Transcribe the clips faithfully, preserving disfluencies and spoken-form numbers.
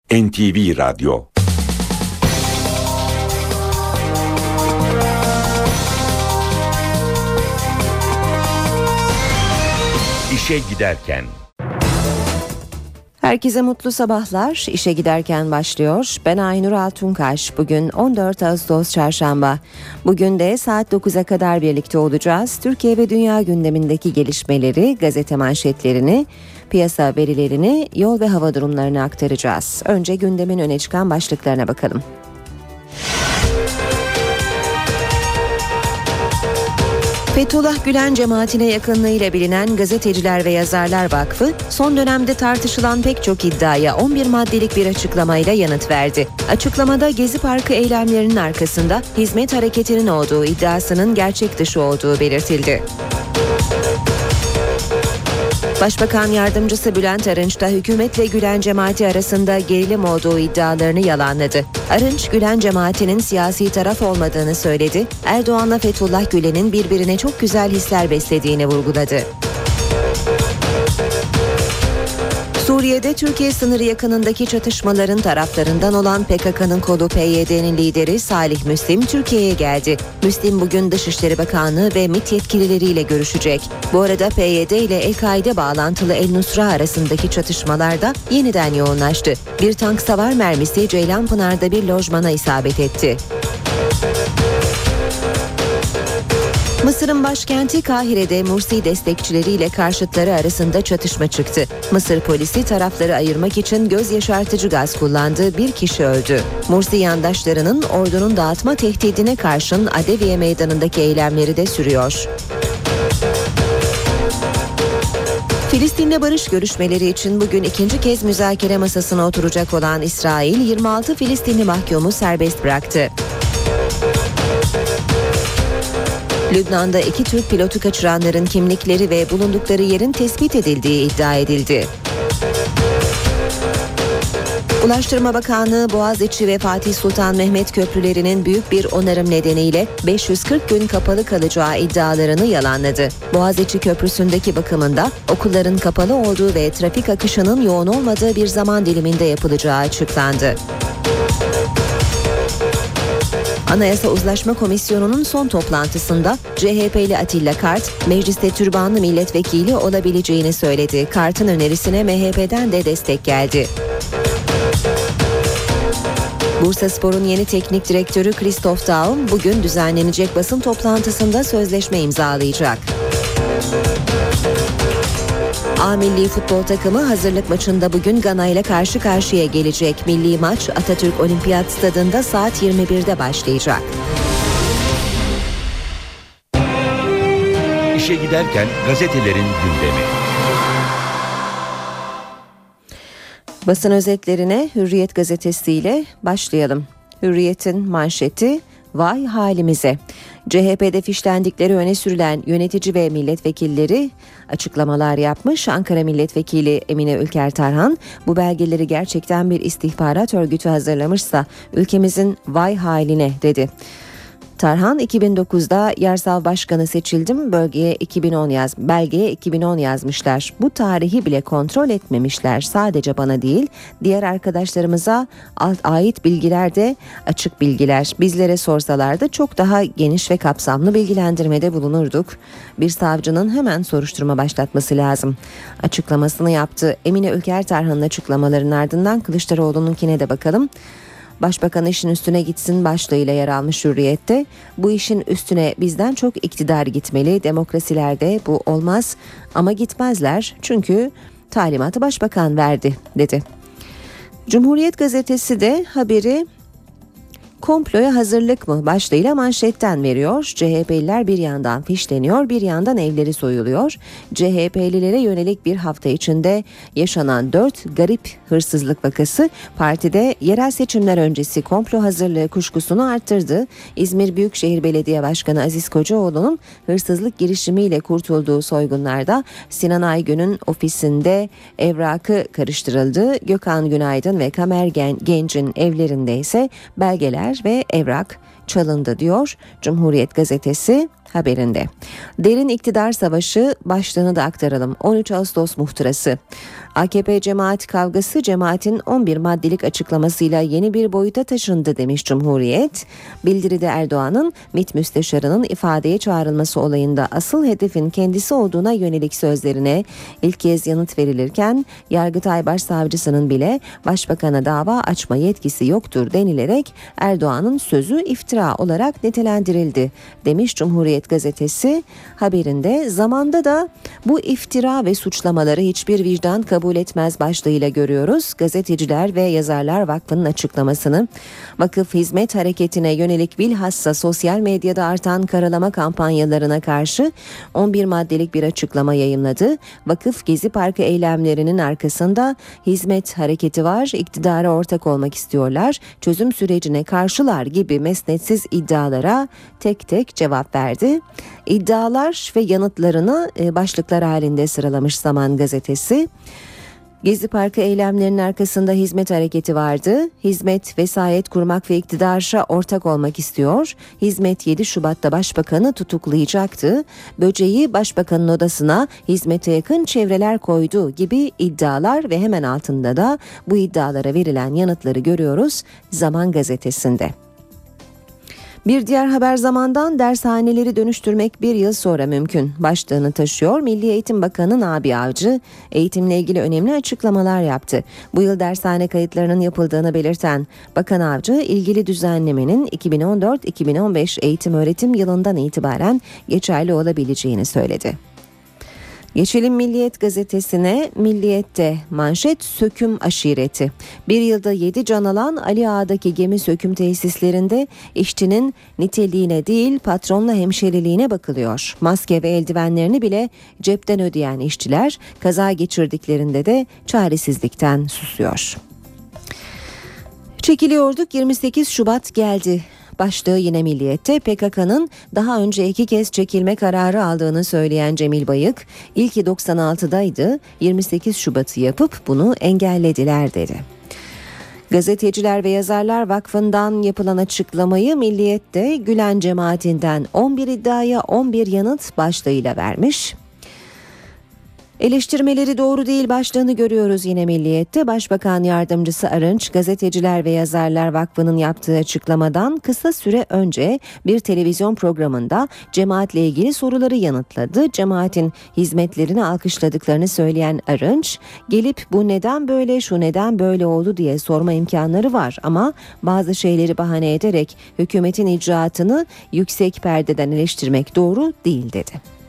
N T V Radyo. İşe giderken. Herkese mutlu sabahlar. İşe giderken başlıyor. Ben Aynur Altunkaş. Bugün on dört Ağustos Çarşamba. Bugün de saat dokuza kadar birlikte olacağız. Türkiye ve dünya gündemindeki gelişmeleri, gazete manşetlerini, piyasa verilerini, yol ve hava durumlarını aktaracağız. Önce gündemin öne çıkan başlıklarına bakalım. Fethullah Gülen cemaatine yakınlığıyla bilinen Gazeteciler ve Yazarlar Vakfı, son dönemde tartışılan pek çok iddiaya on bir maddelik bir açıklamayla yanıt verdi. Açıklamada Gezi Parkı eylemlerinin arkasında hizmet hareketinin olduğu iddiasının gerçek dışı olduğu belirtildi. Başbakan Yardımcısı Bülent Arınç da hükümetle Gülen cemaati arasında gerilim olduğu iddialarını yalanladı. Arınç, Gülen cemaatinin siyasi taraf olmadığını söyledi. Erdoğan'la Fethullah Gülen'in birbirine çok güzel hisler beslediğini vurguladı. Suriye'de Türkiye sınırı yakınındaki çatışmaların taraflarından olan P K K'nın kolu P Y D'nin lideri Salih Müslim Türkiye'ye geldi. Müslim bugün Dışişleri Bakanlığı ve MİT yetkilileriyle görüşecek. Bu arada P Y D ile El-Kaide bağlantılı El-Nusra arasındaki çatışmalarda yeniden yoğunlaştı. Bir tank savar mermisi Ceylanpınar'da bir lojmana isabet etti. Mısır'ın başkenti Kahire'de Mursi destekçileriyle karşıtları arasında çatışma çıktı. Mısır polisi tarafları ayırmak için göz yaşartıcı gaz kullandı, bir kişi öldü. Mursi yandaşlarının ordunun dağıtma tehdidine karşın Adeviye Meydanı'ndaki eylemleri de sürüyor. Filistin'le barış görüşmeleri için bugün ikinci kez müzakere masasına oturacak olan İsrail, yirmi altı Filistinli mahkumu serbest bıraktı. Lübnan'da iki Türk pilotu kaçıranların kimlikleri ve bulundukları yerin tespit edildiği iddia edildi. Ulaştırma Bakanlığı Boğaziçi ve Fatih Sultan Mehmet köprülerinin büyük bir onarım nedeniyle beş yüz kırk gün kapalı kalacağı iddialarını yalanladı. Boğaziçi Köprüsü'ndeki bakımında okulların kapalı olduğu ve trafik akışının yoğun olmadığı bir zaman diliminde yapılacağı açıklandı. Anayasa Uzlaşma Komisyonu'nun son toplantısında C H P'li Atilla Kart, mecliste türbanlı milletvekili olabileceğini söyledi. Kart'ın önerisine M H P'den de destek geldi. Bursaspor'un yeni teknik direktörü Christoph Daum bugün düzenlenecek basın toplantısında sözleşme imzalayacak. A Milli Futbol Takımı hazırlık maçında bugün Gana ile karşı karşıya gelecek. Milli maç Atatürk Olimpiyat Stadı'nda saat yirmi birde başlayacak. İşe giderken gazetelerin gündemi. Basın özetlerine Hürriyet gazetesiyle başlayalım. Hürriyet'in manşeti "Vay halimize." C H P'de fişlendikleri öne sürülen yönetici ve milletvekilleri açıklamalar yapmış. Ankara Milletvekili Emine Ülker Tarhan, bu belgeleri gerçekten bir istihbarat örgütü hazırlamışsa ülkemizin vay haline dedi. Tarhan, iki bin dokuzda Yarsal Başkanı seçildim, bölgeye iki bin on yaz, belgeye iki bin on yazmışlar. Bu tarihi bile kontrol etmemişler. Sadece bana değil, diğer arkadaşlarımıza ait bilgiler de açık bilgiler. Bizlere sorsalardı çok daha geniş ve kapsamlı bilgilendirmede bulunurduk. Bir savcının hemen soruşturma başlatması lazım açıklamasını yaptı. Emine Ülker Tarhan'ın açıklamalarının ardından Kılıçdaroğlu'nunkine de bakalım. Başbakan işin üstüne gitsin başlığıyla yer almış Hürriyet'te. Bu işin üstüne bizden çok iktidar gitmeli. Demokrasilerde bu olmaz ama gitmezler çünkü talimatı başbakan verdi dedi. Cumhuriyet gazetesi de haberi "Komploya hazırlık mı?" başlığıyla manşetten veriyor. C H P'liler bir yandan fişleniyor, bir yandan evleri soyuluyor. C H P'lilere yönelik bir hafta içinde yaşanan dört garip hırsızlık vakası partide yerel seçimler öncesi komplo hazırlığı kuşkusunu arttırdı. İzmir Büyükşehir Belediye Başkanı Aziz Kocaoğlu'nun hırsızlık girişimiyle kurtulduğu soygunlarda Sinan Aygün'ün ofisinde evrakı karıştırıldı. Gökhan Günaydın ve Kamer Genç'in evlerinde ise belgeler ve evrak çalındı diyor Cumhuriyet Gazetesi haberinde. Derin iktidar savaşı başlığını da aktaralım. on üç Ağustos muhtırası. A K P cemaat kavgası cemaatin on bir maddelik açıklamasıyla yeni bir boyuta taşındı demiş Cumhuriyet. Bildiride Erdoğan'ın MİT müsteşarının ifadeye çağrılması olayında asıl hedefin kendisi olduğuna yönelik sözlerine ilk kez yanıt verilirken Yargıtay Başsavcısının bile başbakana dava açma yetkisi yoktur denilerek Erdoğan'ın sözü iftira olarak nitelendirildi demiş Cumhuriyet Gazetesi haberinde. Zamanda da bu iftira ve suçlamaları hiçbir vicdan kabul etmez başlığıyla görüyoruz. Gazeteciler ve Yazarlar Vakfı'nın açıklamasını. Vakıf hizmet hareketine yönelik bilhassa sosyal medyada artan karalama kampanyalarına karşı on bir maddelik bir açıklama yayımladı. Vakıf Gezi Parkı eylemlerinin arkasında hizmet hareketi var, iktidara ortak olmak istiyorlar, çözüm sürecine karşılar gibi mesnetsiz iddialara tek tek cevap verdi. İddialar ve yanıtlarını başlıklar halinde sıralamış Zaman Gazetesi. Gezi Parkı eylemlerinin arkasında hizmet hareketi vardı. Hizmet vesayet kurmak ve iktidara ortak olmak istiyor. Hizmet yedi Şubat'ta başbakanı tutuklayacaktı. Böceği başbakanın odasına hizmete yakın çevreler koydu gibi iddialar ve hemen altında da bu iddialara verilen yanıtları görüyoruz Zaman Gazetesi'nde. Bir diğer haber Zaman'dan dershaneleri dönüştürmek bir yıl sonra mümkün başlığını taşıyor. Milli Eğitim Bakanı Nabi Avcı eğitimle ilgili önemli açıklamalar yaptı. Bu yıl dershane kayıtlarının yapıldığını belirten Bakan Avcı ilgili düzenlemenin iki bin on dört iki bin on beş eğitim öğretim yılından itibaren geçerli olabileceğini söyledi. Geçelim Milliyet gazetesine. Milliyet'te manşet söküm aşireti. Bir yılda yedi can alan Ali Ağa'daki gemi söküm tesislerinde işçinin niteliğine değil patronla hemşeriliğine bakılıyor. Maske ve eldivenlerini bile cepten ödeyen işçiler kaza geçirdiklerinde de çaresizlikten susuyor. Çekiliyorduk, yirmi sekiz Şubat geldi. Başlığı yine Milliyet'te. P K K'nın daha önce iki kez çekilme kararı aldığını söyleyen Cemil Bayık, ilki doksan altıdaydı, yirmi sekiz Şubat'ı yapıp bunu engellediler dedi. Gazeteciler ve Yazarlar Vakfı'ndan yapılan açıklamayı Milliyet'te Gülen cemaatinden on bir iddiaya on bir yanıt başlığıyla vermiş. Eleştirmeleri doğru değil başlığını görüyoruz yine Milliyet'te. Başbakan Yardımcısı Arınç, Gazeteciler ve Yazarlar Vakfı'nın yaptığı açıklamadan kısa süre önce bir televizyon programında cemaatle ilgili soruları yanıtladı. Cemaatin hizmetlerini alkışladıklarını söyleyen Arınç, gelip bu neden böyle, şu neden böyle oldu diye sorma imkanları var ama bazı şeyleri bahane ederek hükümetin icraatını yüksek perdeden eleştirmek doğru değil dedi.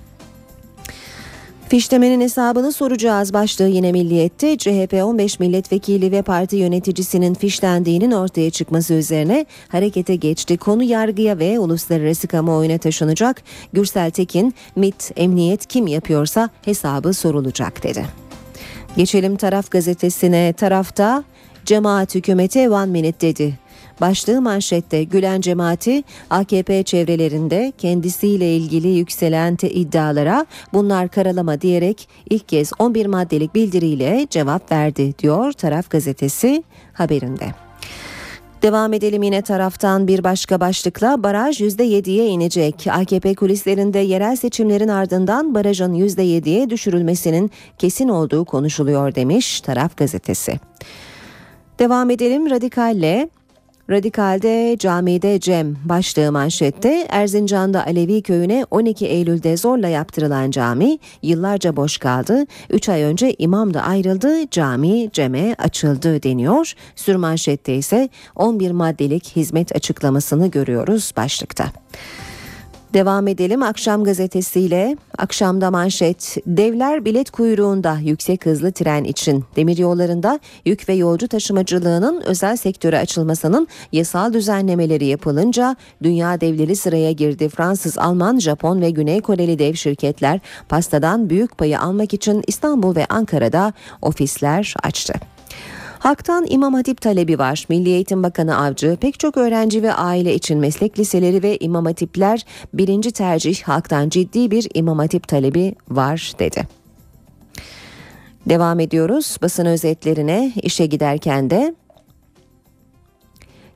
Fişlemenin hesabını soracağız başlığı yine Milliyet'te. C H P on beş milletvekili ve parti yöneticisinin fişlendiğinin ortaya çıkması üzerine harekete geçti. Konu yargıya ve uluslararası kamuoyuna taşınacak. Gürsel Tekin, MİT, emniyet kim yapıyorsa hesabı sorulacak dedi. Geçelim Taraf gazetesine. Tarafta cemaat hükümete one minute dedi. Başlığı manşette. Gülen cemaati A K P çevrelerinde kendisiyle ilgili yükselen iddialara bunlar karalama diyerek ilk kez on bir maddelik bildiriyle cevap verdi diyor Taraf gazetesi haberinde. Devam edelim yine Taraftan bir başka başlıkla. Baraj yüzde yediye inecek. A K P kulislerinde yerel seçimlerin ardından barajın yüzde yediye düşürülmesinin kesin olduğu konuşuluyor demiş Taraf gazetesi. Devam edelim Radikal'le. Radikal'de camide Cem başlığı manşette. Erzincan'da Alevi köyüne on iki Eylül'de zorla yaptırılan cami yıllarca boş kaldı. üç ay önce imam da ayrıldı, cami Cem'e açıldı deniyor. Sürmanşette ise on bir maddelik hizmet açıklamasını görüyoruz başlıkta. Devam edelim Akşam gazetesiyle. Akşamda manşet, devler bilet kuyruğunda yüksek hızlı tren için. Demiryollarında yük ve yolcu taşımacılığının özel sektöre açılmasının yasal düzenlemeleri yapılınca dünya devleri sıraya girdi. Fransız, Alman, Japon ve Güney Koreli dev şirketler pastadan büyük payı almak için İstanbul ve Ankara'da ofisler açtı. Halktan İmam Hatip talebi var. Milli Eğitim Bakanı Avcı, pek çok öğrenci ve aile için meslek liseleri ve İmam Hatipler birinci tercih, halktan ciddi bir İmam Hatip talebi var dedi. Devam ediyoruz basın özetlerine. İşe giderken de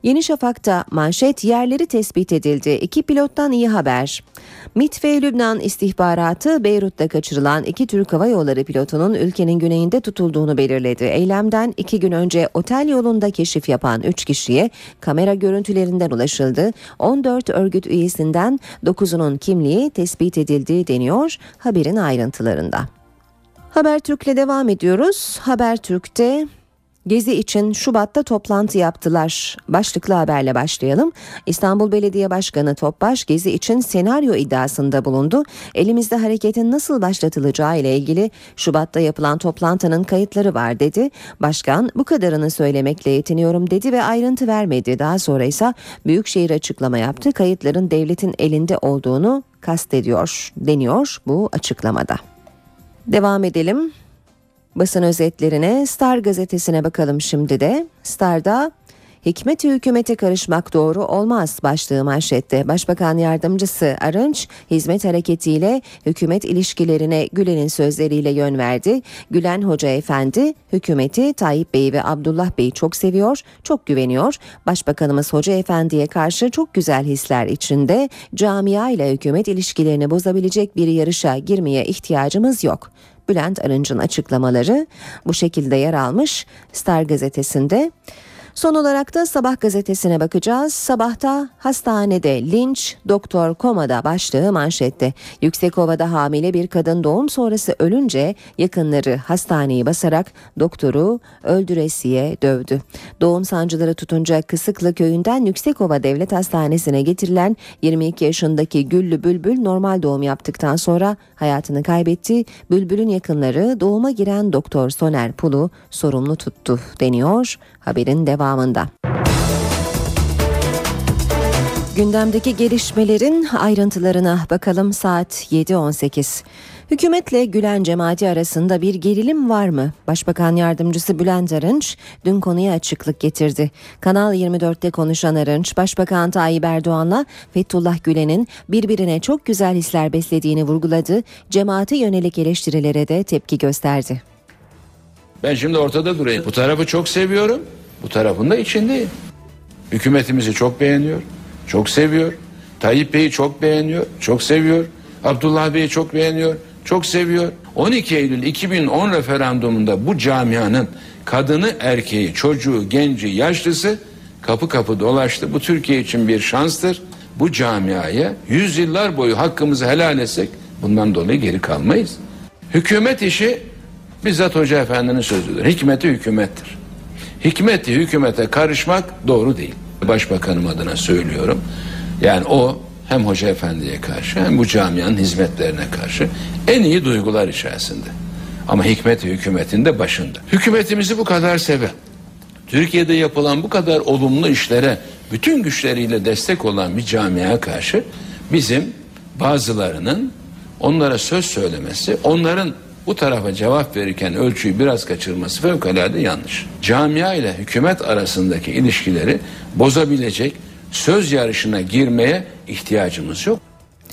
Yeni Şafak'ta manşet yerleri tespit edildi. İki pilottan iyi haber. MİT ve Lübnan istihbaratı Beyrut'ta kaçırılan iki Türk Hava Yolları pilotunun ülkenin güneyinde tutulduğunu belirledi. Eylemden iki gün önce otel yolunda keşif yapan üç kişiye kamera görüntülerinden ulaşıldı. on dört örgüt üyesinden dokuzunun kimliği tespit edildi deniyor haberin ayrıntılarında. Habertürk'le devam ediyoruz. Habertürk'te Gezi için Şubat'ta toplantı yaptılar. Başlıklı haberle başlayalım. İstanbul Belediye Başkanı Topbaş Gezi için senaryo iddiasında bulundu. Elimizde hareketin nasıl başlatılacağı ile ilgili Şubat'ta yapılan toplantının kayıtları var dedi. Başkan bu kadarını söylemekle yetiniyorum dedi ve ayrıntı vermedi. Daha sonra ise Büyükşehir açıklama yaptı. Kayıtların devletin elinde olduğunu kastediyor deniyor bu açıklamada. Devam edelim. Basın özetlerine, Star gazetesine bakalım şimdi de. Star'da hikmet-i hükümete karışmak doğru olmaz başlığı manşette. Başbakan Yardımcısı Arınç, hizmet hareketiyle hükümet ilişkilerine Gülen'in sözleriyle yön verdi. Gülen Hoca Efendi, hükümeti Tayyip Bey'i ve Abdullah Bey'i çok seviyor, çok güveniyor. Başbakanımız Hoca Efendi'ye karşı çok güzel hisler içinde. Camia ile hükümet ilişkilerini bozabilecek bir yarışa girmeye ihtiyacımız yok. Bülent Arınç'ın açıklamaları bu şekilde yer almış Star gazetesinde. Son olarak da Sabah gazetesine bakacağız. Sabahta hastanede linç, doktor komada başlığı manşette. Yüksekova'da hamile bir kadın doğum sonrası ölünce yakınları hastaneyi basarak doktoru öldüresiye dövdü. Doğum sancıları tutunca Kısıklı köyünden Yüksekova Devlet Hastanesi'ne getirilen yirmi iki yaşındaki Güllü Bülbül normal doğum yaptıktan sonra hayatını kaybetti. Bülbül'ün yakınları doğuma giren doktor Soner Pul'u sorumlu tuttu deniyor haberin devamında. Gündemdeki gelişmelerin ayrıntılarına bakalım. Saat yedi on sekiz. Hükümetle Gülen cemaati arasında bir gerilim var mı? Başbakan Yardımcısı Bülent Arınç dün konuya açıklık getirdi. Kanal yirmi dörtte konuşan Arınç, Başbakan Tayyip Erdoğan'la Fethullah Gülen'in birbirine çok güzel hisler beslediğini vurguladı. Cemaate yönelik eleştirilere de tepki gösterdi. Ben şimdi ortada durayım. Bu tarafı çok seviyorum. Bu tarafın da içindeyim. Hükümetimizi çok beğeniyor. Çok seviyor. Tayyip Bey'i çok beğeniyor. Çok seviyor. Abdullah Bey'i çok beğeniyor. Çok seviyor. on iki Eylül iki bin on referandumunda bu camianın kadını, erkeği, çocuğu, genci, yaşlısı kapı kapı dolaştı. Bu Türkiye için bir şanstır. Bu camiaya yüzyıllar boyu hakkımızı helal etsek bundan dolayı geri kalmayız. Hükümet işi bizzat Hoca Efendi'nin sözüdür. Hikmeti hükümettir. Hikmeti hükümete karışmak doğru değil. Başbakanım adına söylüyorum. Yani o hem Hoca Efendi'ye karşı hem bu camianın hizmetlerine karşı en iyi duygular içerisinde. Ama hikmeti hükümetin de başında. Hükümetimizi bu kadar seven, Türkiye'de yapılan bu kadar olumlu işlere bütün güçleriyle destek olan bir camiaya karşı bizim bazılarının onlara söz söylemesi, onların bu tarafa cevap verirken ölçüyü biraz kaçırması fevkalade yanlış. Camia ile hükümet arasındaki ilişkileri bozabilecek söz yarışına girmeye ihtiyacımız yok.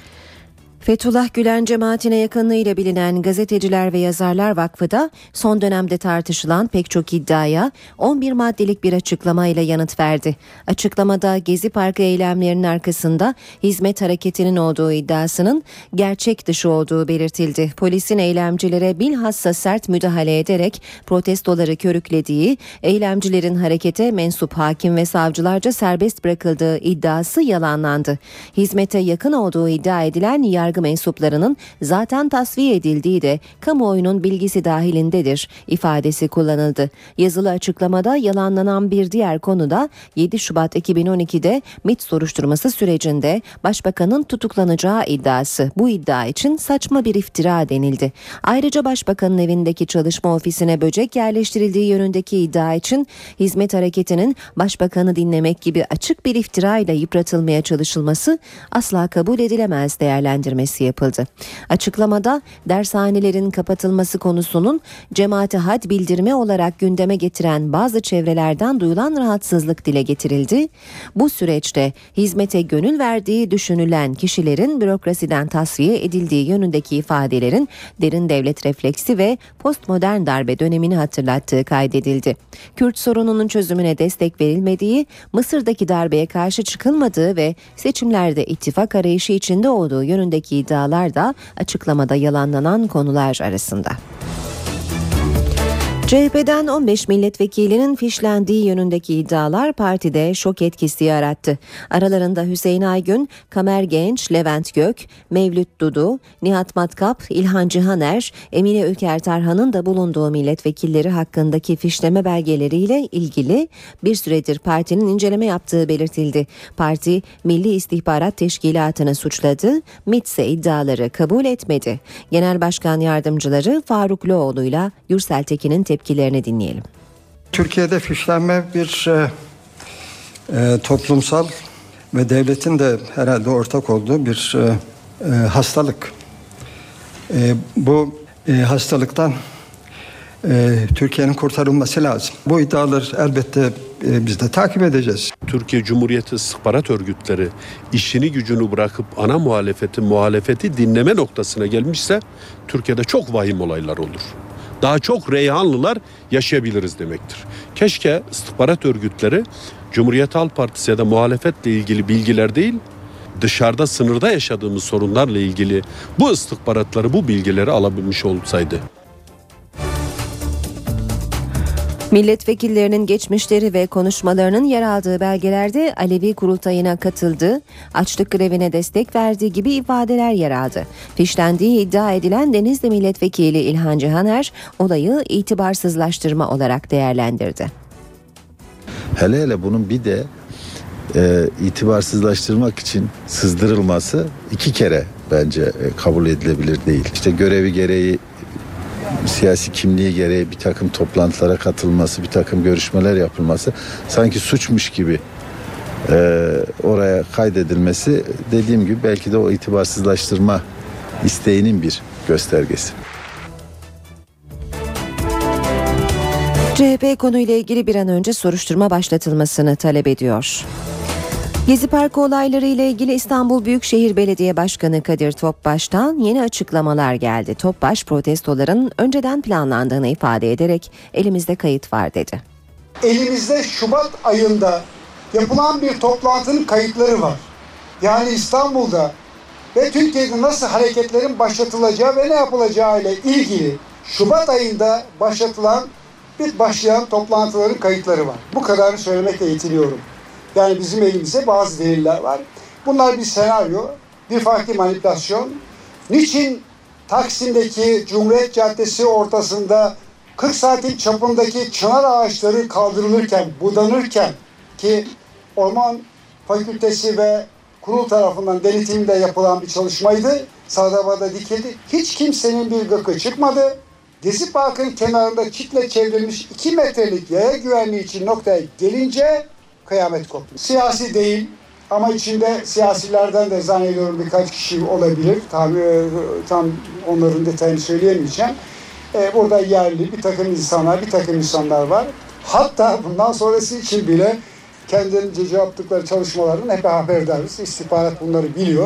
Fethullah Gülen cemaatine yakınlığıyla bilinen Gazeteciler ve Yazarlar Vakfı da son dönemde tartışılan pek çok iddiaya on bir maddelik bir açıklamayla yanıt verdi. Açıklamada Gezi Parkı eylemlerinin arkasında hizmet hareketinin olduğu iddiasının gerçek dışı olduğu belirtildi. Polisin eylemcilere bilhassa sert müdahale ederek protestoları körüklediği, eylemcilerin harekete mensup hakim ve savcılarca serbest bırakıldığı iddiası yalanlandı. Hizmete yakın olduğu iddia edilen yargı mensuplarının zaten tasfiye edildiği de kamuoyunun bilgisi dahilindedir ifadesi kullanıldı. Yazılı açıklamada yalanlanan bir diğer konu da yedi Şubat iki bin on ikide MİT soruşturması sürecinde Başbakanın tutuklanacağı iddiası. Bu iddia için saçma bir iftira denildi. Ayrıca Başbakanın evindeki çalışma ofisine böcek yerleştirildiği yönündeki iddia için hizmet hareketinin Başbakanı dinlemek gibi açık bir iftirayla yıpratılmaya çalışılması asla kabul edilemez değerlendirmesi değerlendirmesi yapıldı. Açıklamada dershanelerin kapatılması konusunun cemaate had bildirme olarak gündeme getiren bazı çevrelerden duyulan rahatsızlık dile getirildi. Bu süreçte hizmete gönül verdiği düşünülen kişilerin bürokrasiden tasfiye edildiği yönündeki ifadelerin derin devlet refleksi ve postmodern darbe dönemini hatırlattığı kaydedildi. Kürt sorununun çözümüne destek verilmediği, Mısır'daki darbeye karşı çıkılmadığı ve seçimlerde ittifak arayışı içinde olduğu yönündeki iddialar da açıklamada yalanlanan konular arasında. C H P'den on beş milletvekilinin fişlendiği yönündeki iddialar partide şok etkisi yarattı. Aralarında Hüseyin Aygün, Kamer Genç, Levent Gök, Mevlüt Dudu, Nihat Matkap, İlhan Cihaner, Emine Ülker Tarhan'ın da bulunduğu milletvekilleri hakkındaki fişleme belgeleriyle ilgili bir süredir partinin inceleme yaptığı belirtildi. Parti, Milli İstihbarat Teşkilatı'nı suçladı, M İ T ise iddiaları kabul etmedi. Genel Başkan Yardımcıları Faruk Loğlu'yla Gürsel Tekin'in tepkilerini dinleyelim. Türkiye'de fişlenme bir e, e, toplumsal ve devletin de herhalde ortak olduğu bir e, e, hastalık. E, bu e, hastalıktan e, Türkiye'nin kurtarılması lazım. Bu iddiaları elbette e, biz de takip edeceğiz. Türkiye Cumhuriyeti istihbarat örgütleri işini gücünü bırakıp ana muhalefeti, muhalefeti dinleme noktasına gelmişse Türkiye'de çok vahim olaylar olur. Daha çok Reyhanlılar yaşayabiliriz demektir. Keşke istihbarat örgütleri Cumhuriyet Halk Partisi ya da muhalefetle ilgili bilgiler değil, dışarıda sınırda yaşadığımız sorunlarla ilgili bu istihbaratları, bu bilgileri alabilmiş olsaydı. Milletvekillerinin geçmişleri ve konuşmalarının yer aldığı belgelerde Alevi kurultayına katıldığı, açlık grevine destek verdiği gibi ifadeler yer aldı. Fişlendiği iddia edilen Denizli Milletvekili İlhan Cihaner olayı itibarsızlaştırma olarak değerlendirdi. Hele hele bunun bir de e, itibarsızlaştırmak için sızdırılması iki kere bence e, kabul edilebilir değil. İşte görevi gereği, siyasi kimliği gereği bir takım toplantılara katılması, bir takım görüşmeler yapılması sanki suçmuş gibi e, oraya kaydedilmesi, dediğim gibi belki de o itibarsızlaştırma isteğinin bir göstergesi. C H P konuyla ilgili bir an önce soruşturma başlatılmasını talep ediyor. Gezi Parkı olayları ile ilgili İstanbul Büyükşehir Belediye Başkanı Kadir Topbaş'tan yeni açıklamalar geldi. Topbaş protestoların önceden planlandığını ifade ederek elimizde kayıt var dedi. Elimizde Şubat ayında yapılan bir toplantının kayıtları var. Yani İstanbul'da ve Türkiye'de nasıl hareketlerin başlatılacağı ve ne yapılacağı ile ilgili Şubat ayında başlatılan bir başlayan toplantıların kayıtları var. Bu kadarını söylemekle yetiniyorum. Yani bizim elimizde bazı deliller var. Bunlar bir senaryo, bir farklı manipülasyon. Niçin Taksim'deki Cumhuriyet Caddesi ortasında kırk santim çapındaki çınar ağaçları kaldırılırken, budanırken ki Orman Fakültesi ve kurul tarafından denetimde yapılan bir çalışmaydı. Sağdabada dikildi. Hiç kimsenin bir gıkı çıkmadı. Gezi Parkı'nın kenarında çitle çevrilmiş iki metrelik yaya güvenliği için noktaya gelince kıyamet koptu. Siyasi değil ama içinde siyasilerden de zannediyorum birkaç kişi olabilir. Tam, tam onların detayını söyleyemeyeceğim. Ee, burada yerli bir takım insanlar, bir takım insanlar var. Hatta bundan sonrası için bile kendilerince yaptıkları çalışmalardan hep haberdarız. İstihbarat bunları biliyor.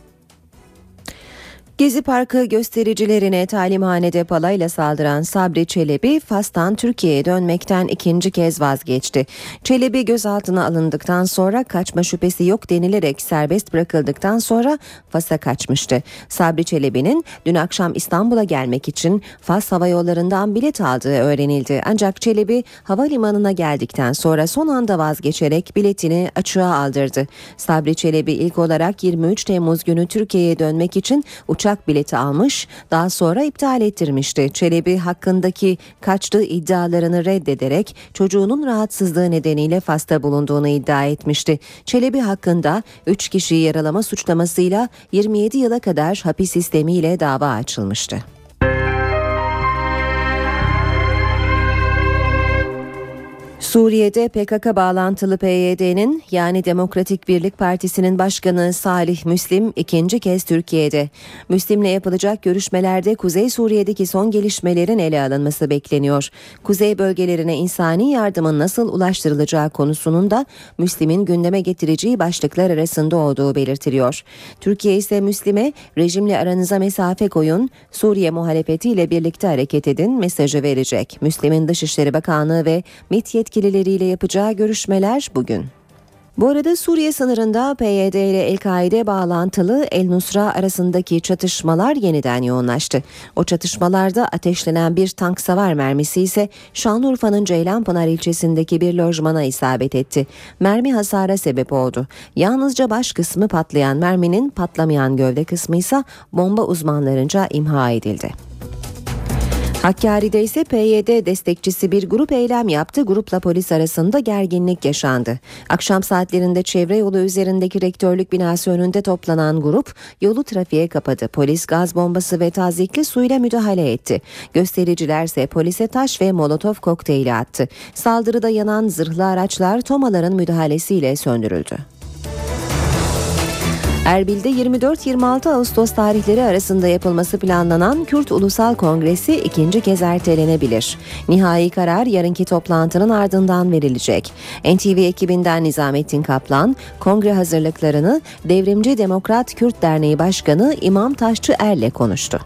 Gezi Parkı göstericilerine talimhanede palayla saldıran Sabri Çelebi, Fas'tan Türkiye'ye dönmekten ikinci kez vazgeçti. Çelebi gözaltına alındıktan sonra kaçma şüphesi yok denilerek serbest bırakıldıktan sonra Fas'a kaçmıştı. Sabri Çelebi'nin dün akşam İstanbul'a gelmek için Fas Hava Yolları'ndan bilet aldığı öğrenildi. Ancak Çelebi havalimanına geldikten sonra son anda vazgeçerek biletini açığa aldırdı. Sabri Çelebi ilk olarak yirmi üç Temmuz günü Türkiye'ye dönmek için uçak uçak bileti almış, daha sonra iptal ettirmişti. Çelebi hakkındaki kaçtığı iddialarını reddederek çocuğunun rahatsızlığı nedeniyle Fas'ta bulunduğunu iddia etmişti. Çelebi hakkında üç kişiyi yaralama suçlamasıyla yirmi yedi yıla kadar hapis sistemiyle dava açılmıştı. Suriye'de P K K bağlantılı P Y D'nin yani Demokratik Birlik Partisi'nin başkanı Salih Müslim ikinci kez Türkiye'de. Müslim'le yapılacak görüşmelerde Kuzey Suriye'deki son gelişmelerin ele alınması bekleniyor. Kuzey bölgelerine insani yardımın nasıl ulaştırılacağı konusunun da Müslim'in gündeme getireceği başlıklar arasında olduğu belirtiliyor. Türkiye ise Müslim'e rejimle aranıza mesafe koyun, Suriye muhalefetiyle birlikte hareket edin mesajı verecek. Müslim'in Dışişleri Bakanlığı ve MİT yetkilileriyle yapacağı görüşmeler bugün. Bu arada Suriye sınırında P Y D ile El-Kaide bağlantılı El-Nusra arasındaki çatışmalar yeniden yoğunlaştı. O çatışmalarda ateşlenen bir tank savar mermisi ise Şanlıurfa'nın Ceylanpınar ilçesindeki bir lojmana isabet etti. Mermi hasara sebep oldu. Yalnızca baş kısmı patlayan merminin patlamayan gövde kısmı ise bomba uzmanlarınca imha edildi. Hakkari'de ise P Y D destekçisi bir grup eylem yaptı. Grupla polis arasında gerginlik yaşandı. Akşam saatlerinde çevre yolu üzerindeki rektörlük binası önünde toplanan grup yolu trafiğe kapadı. Polis gaz bombası ve tazyikli suyla müdahale etti. Göstericiler ise polise taş ve molotof kokteyli attı. Saldırıda yanan zırhlı araçlar TOMA'ların müdahalesiyle söndürüldü. Erbil'de yirmi dört yirmi altı Ağustos tarihleri arasında yapılması planlanan Kürt Ulusal Kongresi ikinci kez ertelenebilir. Nihai karar yarınki toplantının ardından verilecek. N T V ekibinden Nizamettin Kaplan, kongre hazırlıklarını Devrimci Demokrat Kürt Derneği Başkanı İmam Taşçı Er'le konuştu.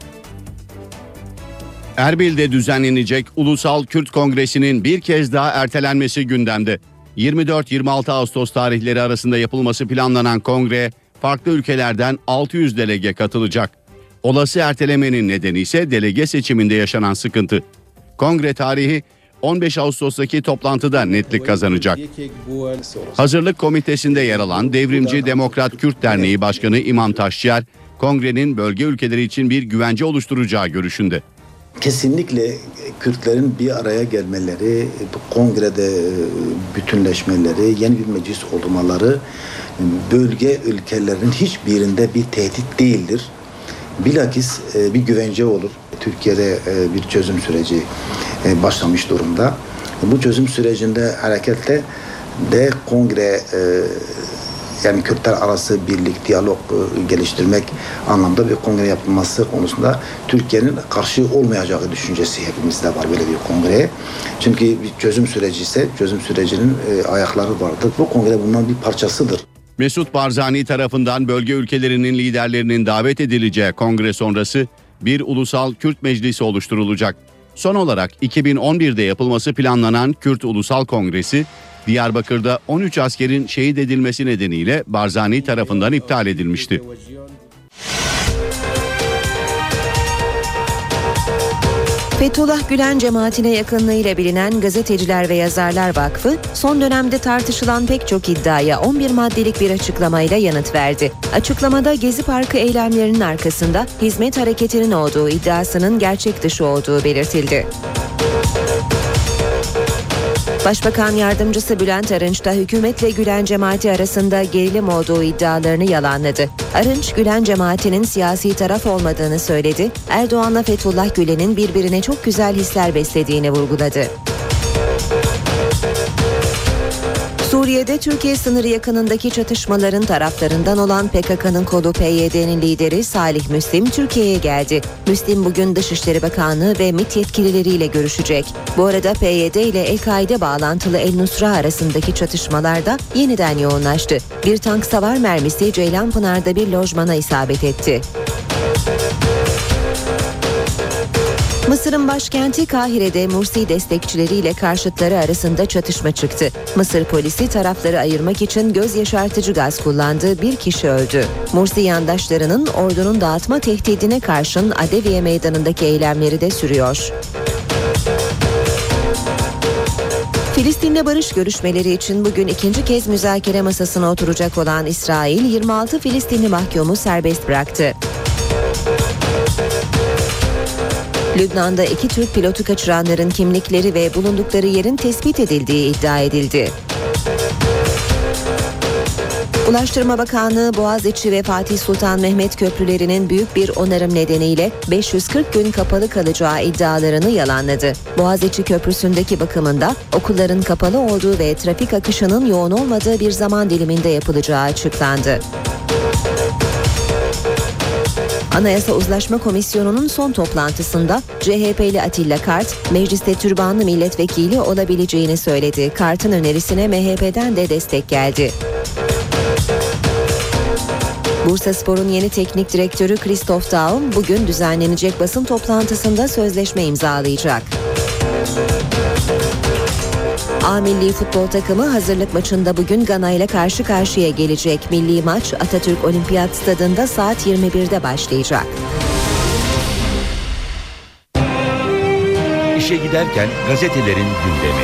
Erbil'de düzenlenecek Ulusal Kürt Kongresi'nin bir kez daha ertelenmesi gündemde. yirmi dört yirmi altı Ağustos tarihleri arasında yapılması planlanan kongre, farklı ülkelerden altı yüz delege katılacak. Olası ertelemenin nedeni ise delege seçiminde yaşanan sıkıntı. Kongre tarihi on beş Ağustos'taki toplantıda netlik kazanacak. Hazırlık komitesinde yer alan Devrimci Demokrat Kürt Derneği Başkanı İmam Taşçıer, kongrenin bölge ülkeleri için bir güvence oluşturacağı görüşünde. Kesinlikle Kürtlerin bir araya gelmeleri, bu kongrede bütünleşmeleri, yeni bir meclis olmaları bölge ülkelerinin hiçbirinde bir tehdit değildir. Bilakis bir güvence olur. Türkiye'de bir çözüm süreci başlamış durumda. Bu çözüm sürecinde hareketle de kongre yani Kürtler arası birlik, diyalog geliştirmek anlamda bir kongre yapılması konusunda Türkiye'nin karşı olmayacağı düşüncesi hepimizde var böyle bir kongreye. Çünkü bir çözüm süreci ise çözüm sürecinin ayakları vardır. Bu kongre bundan bir parçasıdır. Mesut Barzani tarafından bölge ülkelerinin liderlerinin davet edileceği kongre sonrası bir ulusal Kürt meclisi oluşturulacak. Son olarak iki bin on birde yapılması planlanan Kürt Ulusal Kongresi, Diyarbakır'da on üç askerin şehit edilmesi nedeniyle Barzani tarafından iptal edilmişti. Fethullah Gülen cemaatine yakınlığıyla bilinen Gazeteciler ve Yazarlar Vakfı, son dönemde tartışılan pek çok iddiaya on bir maddelik bir açıklamayla yanıt verdi. Açıklamada Gezi Parkı eylemlerinin arkasında hizmet hareketinin olduğu iddiasının gerçek dışı olduğu belirtildi. Başbakan Yardımcısı Bülent Arınç da hükümetle Gülen cemaati arasında gerilim olduğu iddialarını yalanladı. Arınç, Gülen cemaatinin siyasi taraf olmadığını söyledi. Erdoğan'la Fethullah Gülen'in birbirine çok güzel hisler beslediğini vurguladı. Suriye'de Türkiye sınırı yakınındaki çatışmaların taraflarından olan P K K'nın kolu P Y D'nin lideri Salih Müslim Türkiye'ye geldi. Müslim bugün Dışişleri Bakanlığı ve MİT yetkilileriyle görüşecek. Bu arada P Y D ile El-Kaide bağlantılı El-Nusra arasındaki çatışmalarda yeniden yoğunlaştı. Bir tank savar mermisi Ceylanpınar'da bir lojmana isabet etti. Mısır'ın başkenti Kahire'de Mursi destekçileriyle karşıtları arasında çatışma çıktı. Mısır polisi tarafları ayırmak için göz yaşartıcı gaz kullandı, bir kişi öldü. Mursi yandaşlarının ordunun dağıtma tehdidine karşın Adeviye meydanındaki eylemleri de sürüyor. Filistin'le barış görüşmeleri için bugün ikinci kez müzakere masasına oturacak olan İsrail, yirmi altı Filistinli mahkumu serbest bıraktı. Lübnan'da iki Türk pilotu kaçıranların kimlikleri ve bulundukları yerin tespit edildiği iddia edildi. Ulaştırma Bakanlığı Boğaziçi ve Fatih Sultan Mehmet köprülerinin büyük bir onarım nedeniyle beş yüz kırk gün kapalı kalacağı iddialarını yalanladı. Boğaziçi Köprüsü'ndeki bakımında okulların kapalı olduğu ve trafik akışının yoğun olmadığı bir zaman diliminde yapılacağı açıklandı. Anayasa Uzlaşma Komisyonu'nun son toplantısında C H P'li Atilla Kart, mecliste türbanlı milletvekili olabileceğini söyledi. Kart'ın önerisine M H P'den de destek geldi. Bursaspor'un yeni teknik direktörü Christoph Daum bugün düzenlenecek basın toplantısında sözleşme imzalayacak. A Milli Futbol Takımı hazırlık maçında bugün Gana ile karşı karşıya gelecek. Milli maç Atatürk Olimpiyat Stadı'nda saat yirmi birde başlayacak. İşe giderken gazetelerin gündemi.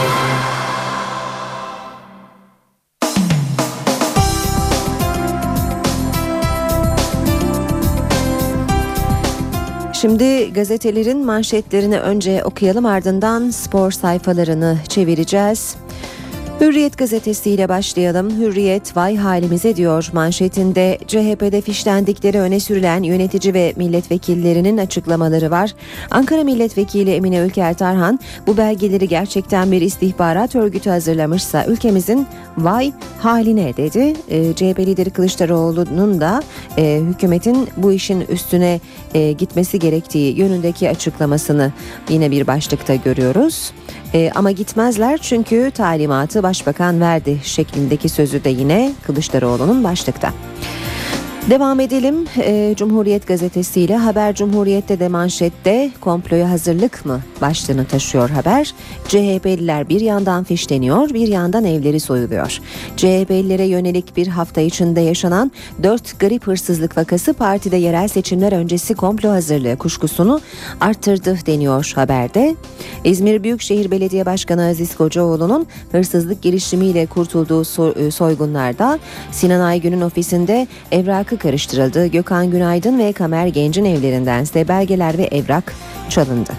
Şimdi gazetelerin manşetlerini önce okuyalım, ardından spor sayfalarını çevireceğiz. Hürriyet gazetesiyle başlayalım. Hürriyet vay halimize diyor manşetinde. C H P'de fişlendikleri öne sürülen yönetici ve milletvekillerinin açıklamaları var. Ankara Milletvekili Emine Ülker Tarhan, bu belgeleri gerçekten bir istihbarat örgütü hazırlamışsa ülkemizin vay haline dedi. E, C H P lideri Kılıçdaroğlu'nun da e, hükümetin bu işin üstüne e, gitmesi gerektiği yönündeki açıklamasını yine bir başlıkta görüyoruz. E, ama gitmezler çünkü talimatı başbakan verdi şeklindeki sözü de yine Kılıçdaroğlu'nun başlıkta. Devam edelim. E, Cumhuriyet gazetesiyle. Haber Cumhuriyet'te de manşette komploya hazırlık mı başlığını taşıyor haber. C H P'liler bir yandan fişleniyor, bir yandan evleri soyuluyor. C H P'lilere yönelik bir hafta içinde yaşanan dört garip hırsızlık vakası partide yerel seçimler öncesi komplo hazırlığı kuşkusunu arttırdı deniyor haberde. İzmir Büyükşehir Belediye Başkanı Aziz Kocaoğlu'nun hırsızlık girişimiyle kurtulduğu soygunlarda Sinan Aygün'ün ofisinde evrak karıştırıldı. Gökhan Günaydın ve Kamer Genç'in evlerindense belgeler ve evrak çalındı.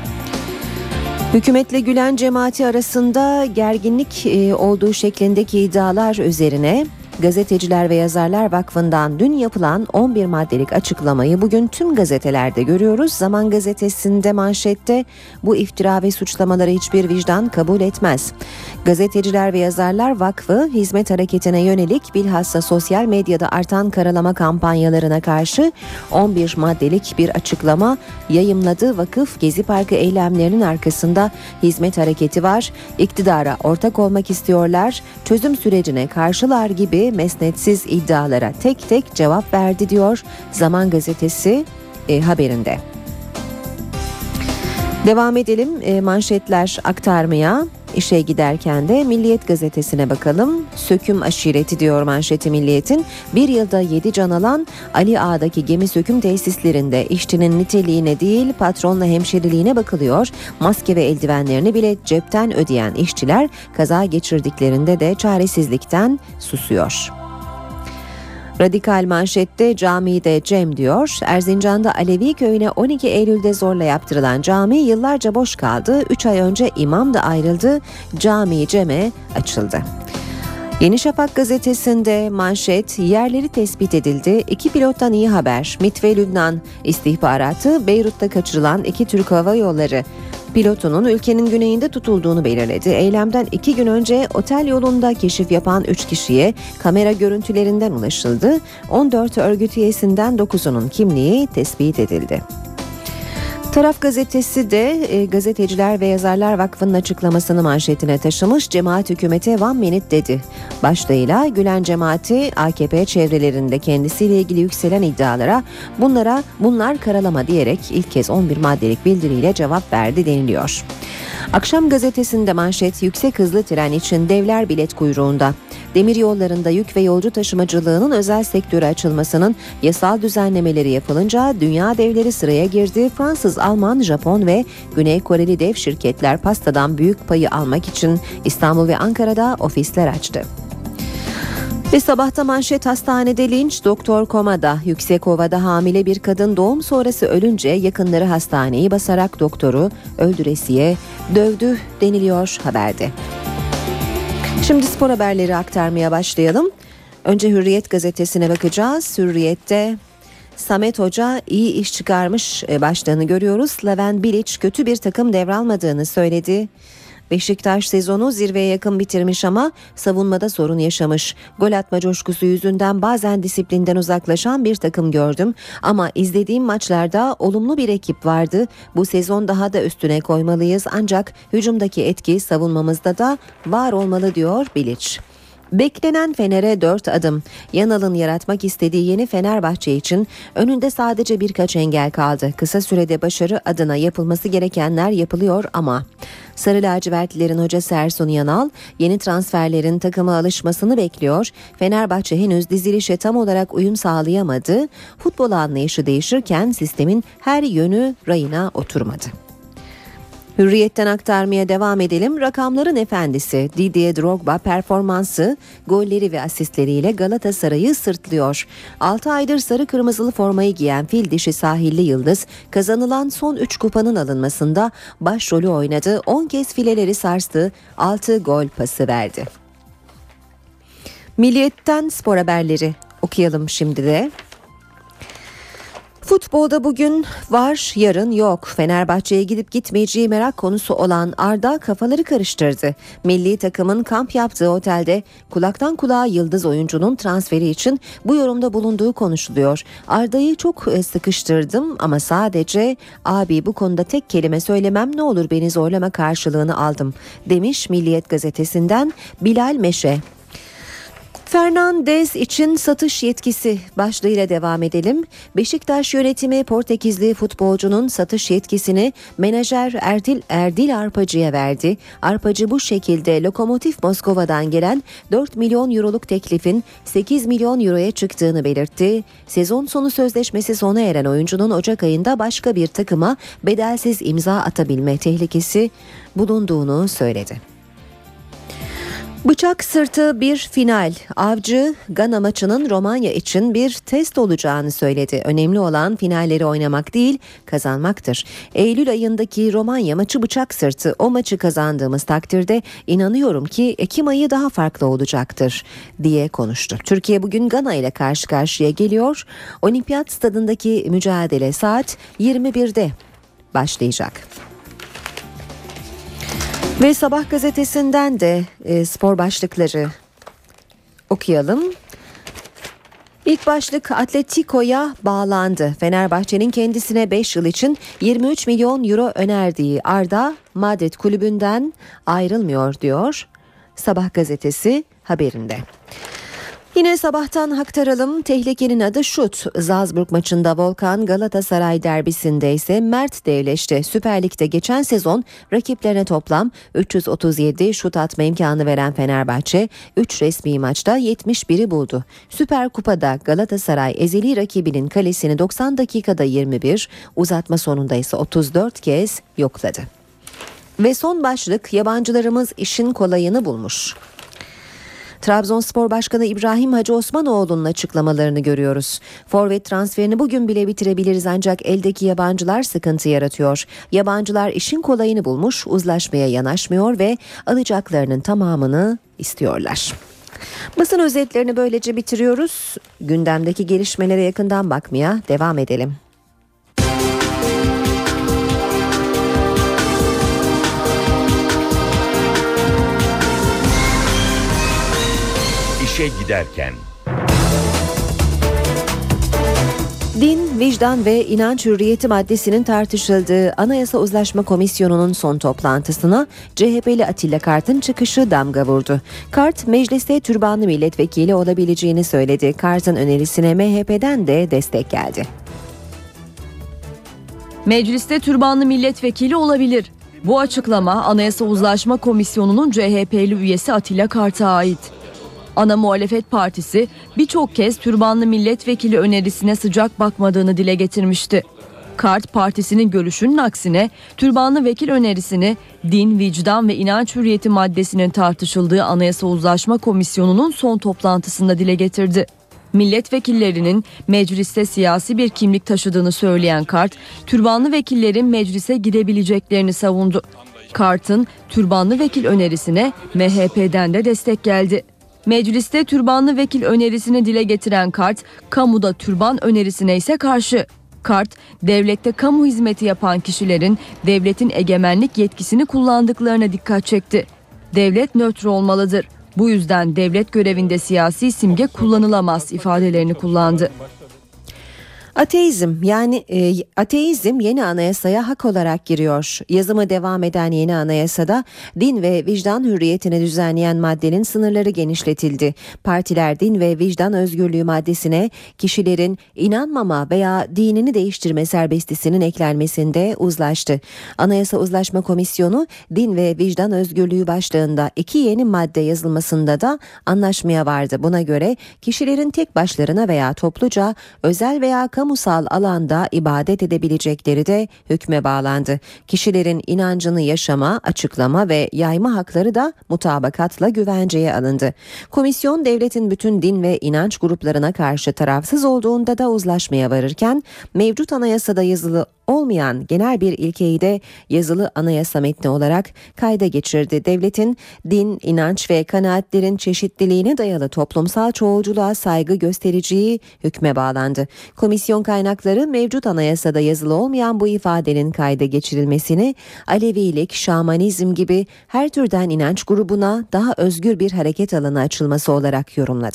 Hükümetle Gülen cemaati arasında gerginlik olduğu şeklindeki iddialar üzerine Gazeteciler ve Yazarlar Vakfı'ndan dün yapılan on bir maddelik açıklamayı bugün tüm gazetelerde görüyoruz. Zaman Gazetesi'nde manşette bu iftira ve suçlamaları hiçbir vicdan kabul etmez. Gazeteciler ve Yazarlar Vakfı hizmet hareketine yönelik bilhassa sosyal medyada artan karalama kampanyalarına karşı on bir maddelik bir açıklama yayımladı. Vakıf Gezi Parkı eylemlerinin arkasında hizmet hareketi var. İktidara ortak olmak istiyorlar. Çözüm sürecine karşılar gibi mesnetsiz iddialara tek tek cevap verdi diyor Zaman Gazetesi e, haberinde. Devam edelim e, manşetler aktarmaya. İşe giderken de Milliyet gazetesine bakalım. Söküm aşireti diyor manşeti Milliyet'in. Bir yılda yedi can alan Ali Ağa'daki gemi söküm tesislerinde işçinin niteliğine değil patronla hemşeriliğine bakılıyor. Maske ve eldivenlerini bile cepten ödeyen işçiler kaza geçirdiklerinde de çaresizlikten susuyor. Radikal manşette camide Cem diyor. Erzincan'da Alevi köyüne on iki Eylül'de zorla yaptırılan cami yıllarca boş kaldı. üç ay önce imam da ayrıldı. Cami Cem'e açıldı. Yeni Şafak gazetesinde manşet yerleri tespit edildi. İki pilottan iyi haber. MİT ve Lübnan istihbaratı Beyrut'ta kaçırılan iki Türk Hava Yolları pilotunun ülkenin güneyinde tutulduğunu belirledi. Eylemden iki gün önce otel yolunda keşif yapan üç kişiye kamera görüntülerinden ulaşıldı. on dört örgüt üyesinden dokuzunun kimliği tespit edildi. Taraf gazetesi de e, Gazeteciler ve Yazarlar Vakfı'nın açıklamasını manşetine taşımış. Cemaat hükümete one minute dedi başlığıyla Gülen cemaati A K P çevrelerinde kendisiyle ilgili yükselen iddialara bunlara bunlar karalama diyerek ilk kez on bir maddelik bildiriyle cevap verdi deniliyor. Akşam gazetesinde manşet yüksek hızlı tren için devler bilet kuyruğunda. Demir yollarında yük ve yolcu taşımacılığının özel sektöre açılmasının yasal düzenlemeleri yapılınca dünya devleri sıraya girdi. Fransız, Alman, Japon ve Güney Koreli dev şirketler pastadan büyük payı almak için İstanbul ve Ankara'da ofisler açtı. Ve sabahta manşet hastanede linç, doktor komada. Yüksekova'da hamile bir kadın doğum sonrası ölünce yakınları hastaneyi basarak doktoru öldüresiye dövdü deniliyor haberde. Şimdi spor haberleri aktarmaya başlayalım. Önce Hürriyet gazetesine bakacağız. Hürriyet'te Samet Hoca iyi iş çıkarmış başlığını görüyoruz. Slaven Bilic kötü bir takım devralmadığını söyledi. Beşiktaş sezonu zirveye yakın bitirmiş ama savunmada sorun yaşamış. Gol atma coşkusu yüzünden bazen disiplinden uzaklaşan bir takım gördüm. Ama izlediğim maçlarda olumlu bir ekip vardı. Bu sezon daha da üstüne koymalıyız ancak hücumdaki etki savunmamızda da var olmalı diyor Bilic. Beklenen Fener'e dört adım. Yanal'ın yaratmak istediği yeni Fenerbahçe için önünde sadece birkaç engel kaldı. Kısa sürede başarı adına yapılması gerekenler yapılıyor ama Sarı lacivertlilerin hocası Ersun Yanal yeni transferlerin takıma alışmasını bekliyor. Fenerbahçe henüz dizilişe tam olarak uyum sağlayamadı. Futbol anlayışı değişirken sistemin her yönü rayına oturmadı. Hürriyet'ten aktarmaya devam edelim. Rakamların efendisi Didier Drogba performansı, golleri ve asistleriyle Galatasaray'ı sırtlıyor. altı aydır sarı kırmızılı formayı giyen fil dişi sahilli yıldız kazanılan son üç kupanın alınmasında başrolü oynadı. on kez fileleri sarstı, altı gol pası verdi. Milliyet'ten spor haberleri okuyalım şimdi de. Futbolda bugün var, yarın yok. Fenerbahçe'ye gidip gitmeyeceği merak konusu olan Arda kafaları karıştırdı. Milli takımın kamp yaptığı otelde kulaktan kulağa yıldız oyuncunun transferi için bu yorumda bulunduğu konuşuluyor. Arda'yı çok sıkıştırdım ama sadece abi bu konuda tek kelime söylemem, ne olur beni zorlama karşılığını aldım demiş Milliyet gazetesinden Bilal Meşe. Fernandes için satış yetkisi başlığıyla devam edelim. Beşiktaş yönetimi Portekizli futbolcunun satış yetkisini menajer Erdil, Erdil Arpacı'ya verdi. Arpacı bu şekilde Lokomotiv Moskova'dan gelen dört milyon euroluk teklifin sekiz milyon euroya çıktığını belirtti. Sezon sonu sözleşmesi sona eren oyuncunun Ocak ayında başka bir takıma bedelsiz imza atabilme tehlikesi bulunduğunu söyledi. Bıçak sırtı bir final. Avcı, Gana maçının Romanya için bir test olacağını söyledi. Önemli olan finalleri oynamak değil, kazanmaktır. Eylül ayındaki Romanya maçı bıçak sırtı. O maçı kazandığımız takdirde inanıyorum ki Ekim ayı daha farklı olacaktır diye konuştu. Türkiye bugün Gana ile karşı karşıya geliyor. Olimpiyat stadındaki mücadele saat yirmi birde başlayacak. Ve Sabah gazetesinden de e, spor başlıkları okuyalım. İlk başlık Atletico'ya bağlandı. Fenerbahçe'nin kendisine beş yıl için yirmi üç milyon euro önerdiği Arda Madrid kulübünden ayrılmıyor diyor Sabah gazetesi haberinde. Yine sabahtan aktaralım. Tehlikenin adı şut. Salzburg maçında Volkan, Galatasaray derbisinde ise Mert devleşti. Süper Lig'de geçen sezon rakiplerine toplam üç yüz otuz yedi şut atma imkanı veren Fenerbahçe üç resmi maçta yetmiş biri buldu. Süper Kupa'da Galatasaray ezeli rakibinin kalesini doksan dakikada yirmi bir, uzatma sonunda ise otuz dört kez yokladı. Ve son başlık, yabancılarımız işin kolayını bulmuş. Trabzonspor Başkanı İbrahim Hacı Osmanoğlu'nun açıklamalarını görüyoruz. Forvet transferini bugün bile bitirebiliriz ancak eldeki yabancılar sıkıntı yaratıyor. Yabancılar işin kolayını bulmuş, uzlaşmaya yanaşmıyor ve alacaklarının tamamını istiyorlar. Basın özetlerini böylece bitiriyoruz. Gündemdeki gelişmelere yakından bakmaya devam edelim. İşe giderken. Din, vicdan ve inanç hürriyeti maddesinin tartışıldığı Anayasa Uzlaşma Komisyonu'nun son toplantısına C H P'li Atilla Kart'ın çıkışı damga vurdu. Kart, mecliste türbanlı milletvekili olabileceğini söyledi. Kart'ın önerisine M H P'den de destek geldi. Mecliste türbanlı milletvekili olabilir. Bu açıklama Anayasa Uzlaşma Komisyonu'nun C H P'li üyesi Atilla Kart'a ait. Ana muhalefet partisi birçok kez türbanlı milletvekili önerisine sıcak bakmadığını dile getirmişti. Kart partisinin görüşünün aksine türbanlı vekil önerisini din, vicdan ve inanç hürriyeti maddesinin tartışıldığı Anayasa Uzlaşma Komisyonu'nun son toplantısında dile getirdi. Milletvekillerinin mecliste siyasi bir kimlik taşıdığını söyleyen Kart, türbanlı vekillerin meclise girebileceklerini savundu. Kart'ın türbanlı vekil önerisine M H P'den de destek geldi. Mecliste türbanlı vekil önerisini dile getiren Kart, kamuda türban önerisine ise karşı. Kart, devlette kamu hizmeti yapan kişilerin devletin egemenlik yetkisini kullandıklarına dikkat çekti. Devlet nötr olmalıdır. Bu yüzden devlet görevinde siyasi simge kullanılamaz ifadelerini kullandı. Ateizm yani e, ateizm yeni anayasaya hak olarak giriyor. Yazımı devam eden yeni anayasada din ve vicdan hürriyetini düzenleyen maddenin sınırları genişletildi. Partiler din ve vicdan özgürlüğü maddesine kişilerin inanmama veya dinini değiştirme serbestisinin eklenmesinde uzlaştı. Anayasa Uzlaşma Komisyonu din ve vicdan özgürlüğü başlığında iki yeni madde yazılmasında da anlaşmaya vardı. Buna göre kişilerin tek başlarına veya topluca özel veya kamusal alanda ibadet edebilecekleri de hükme bağlandı. Kişilerin inancını yaşama, açıklama ve yayma hakları da mutabakatla güvenceye alındı. Komisyon devletin bütün din ve inanç gruplarına karşı tarafsız olduğunda da uzlaşmaya varırken mevcut anayasada yazılı olmayan genel bir ilkeyi de yazılı anayasa metni olarak kayda geçirdi. Devletin din, inanç ve kanaatlerin çeşitliliğine dayalı toplumsal çoğulculuğa saygı göstereceği hükme bağlandı. Komisyon kaynakları mevcut anayasada yazılı olmayan bu ifadenin kayda geçirilmesini Alevilik, Şamanizm gibi her türden inanç grubuna daha özgür bir hareket alanı açılması olarak yorumladı.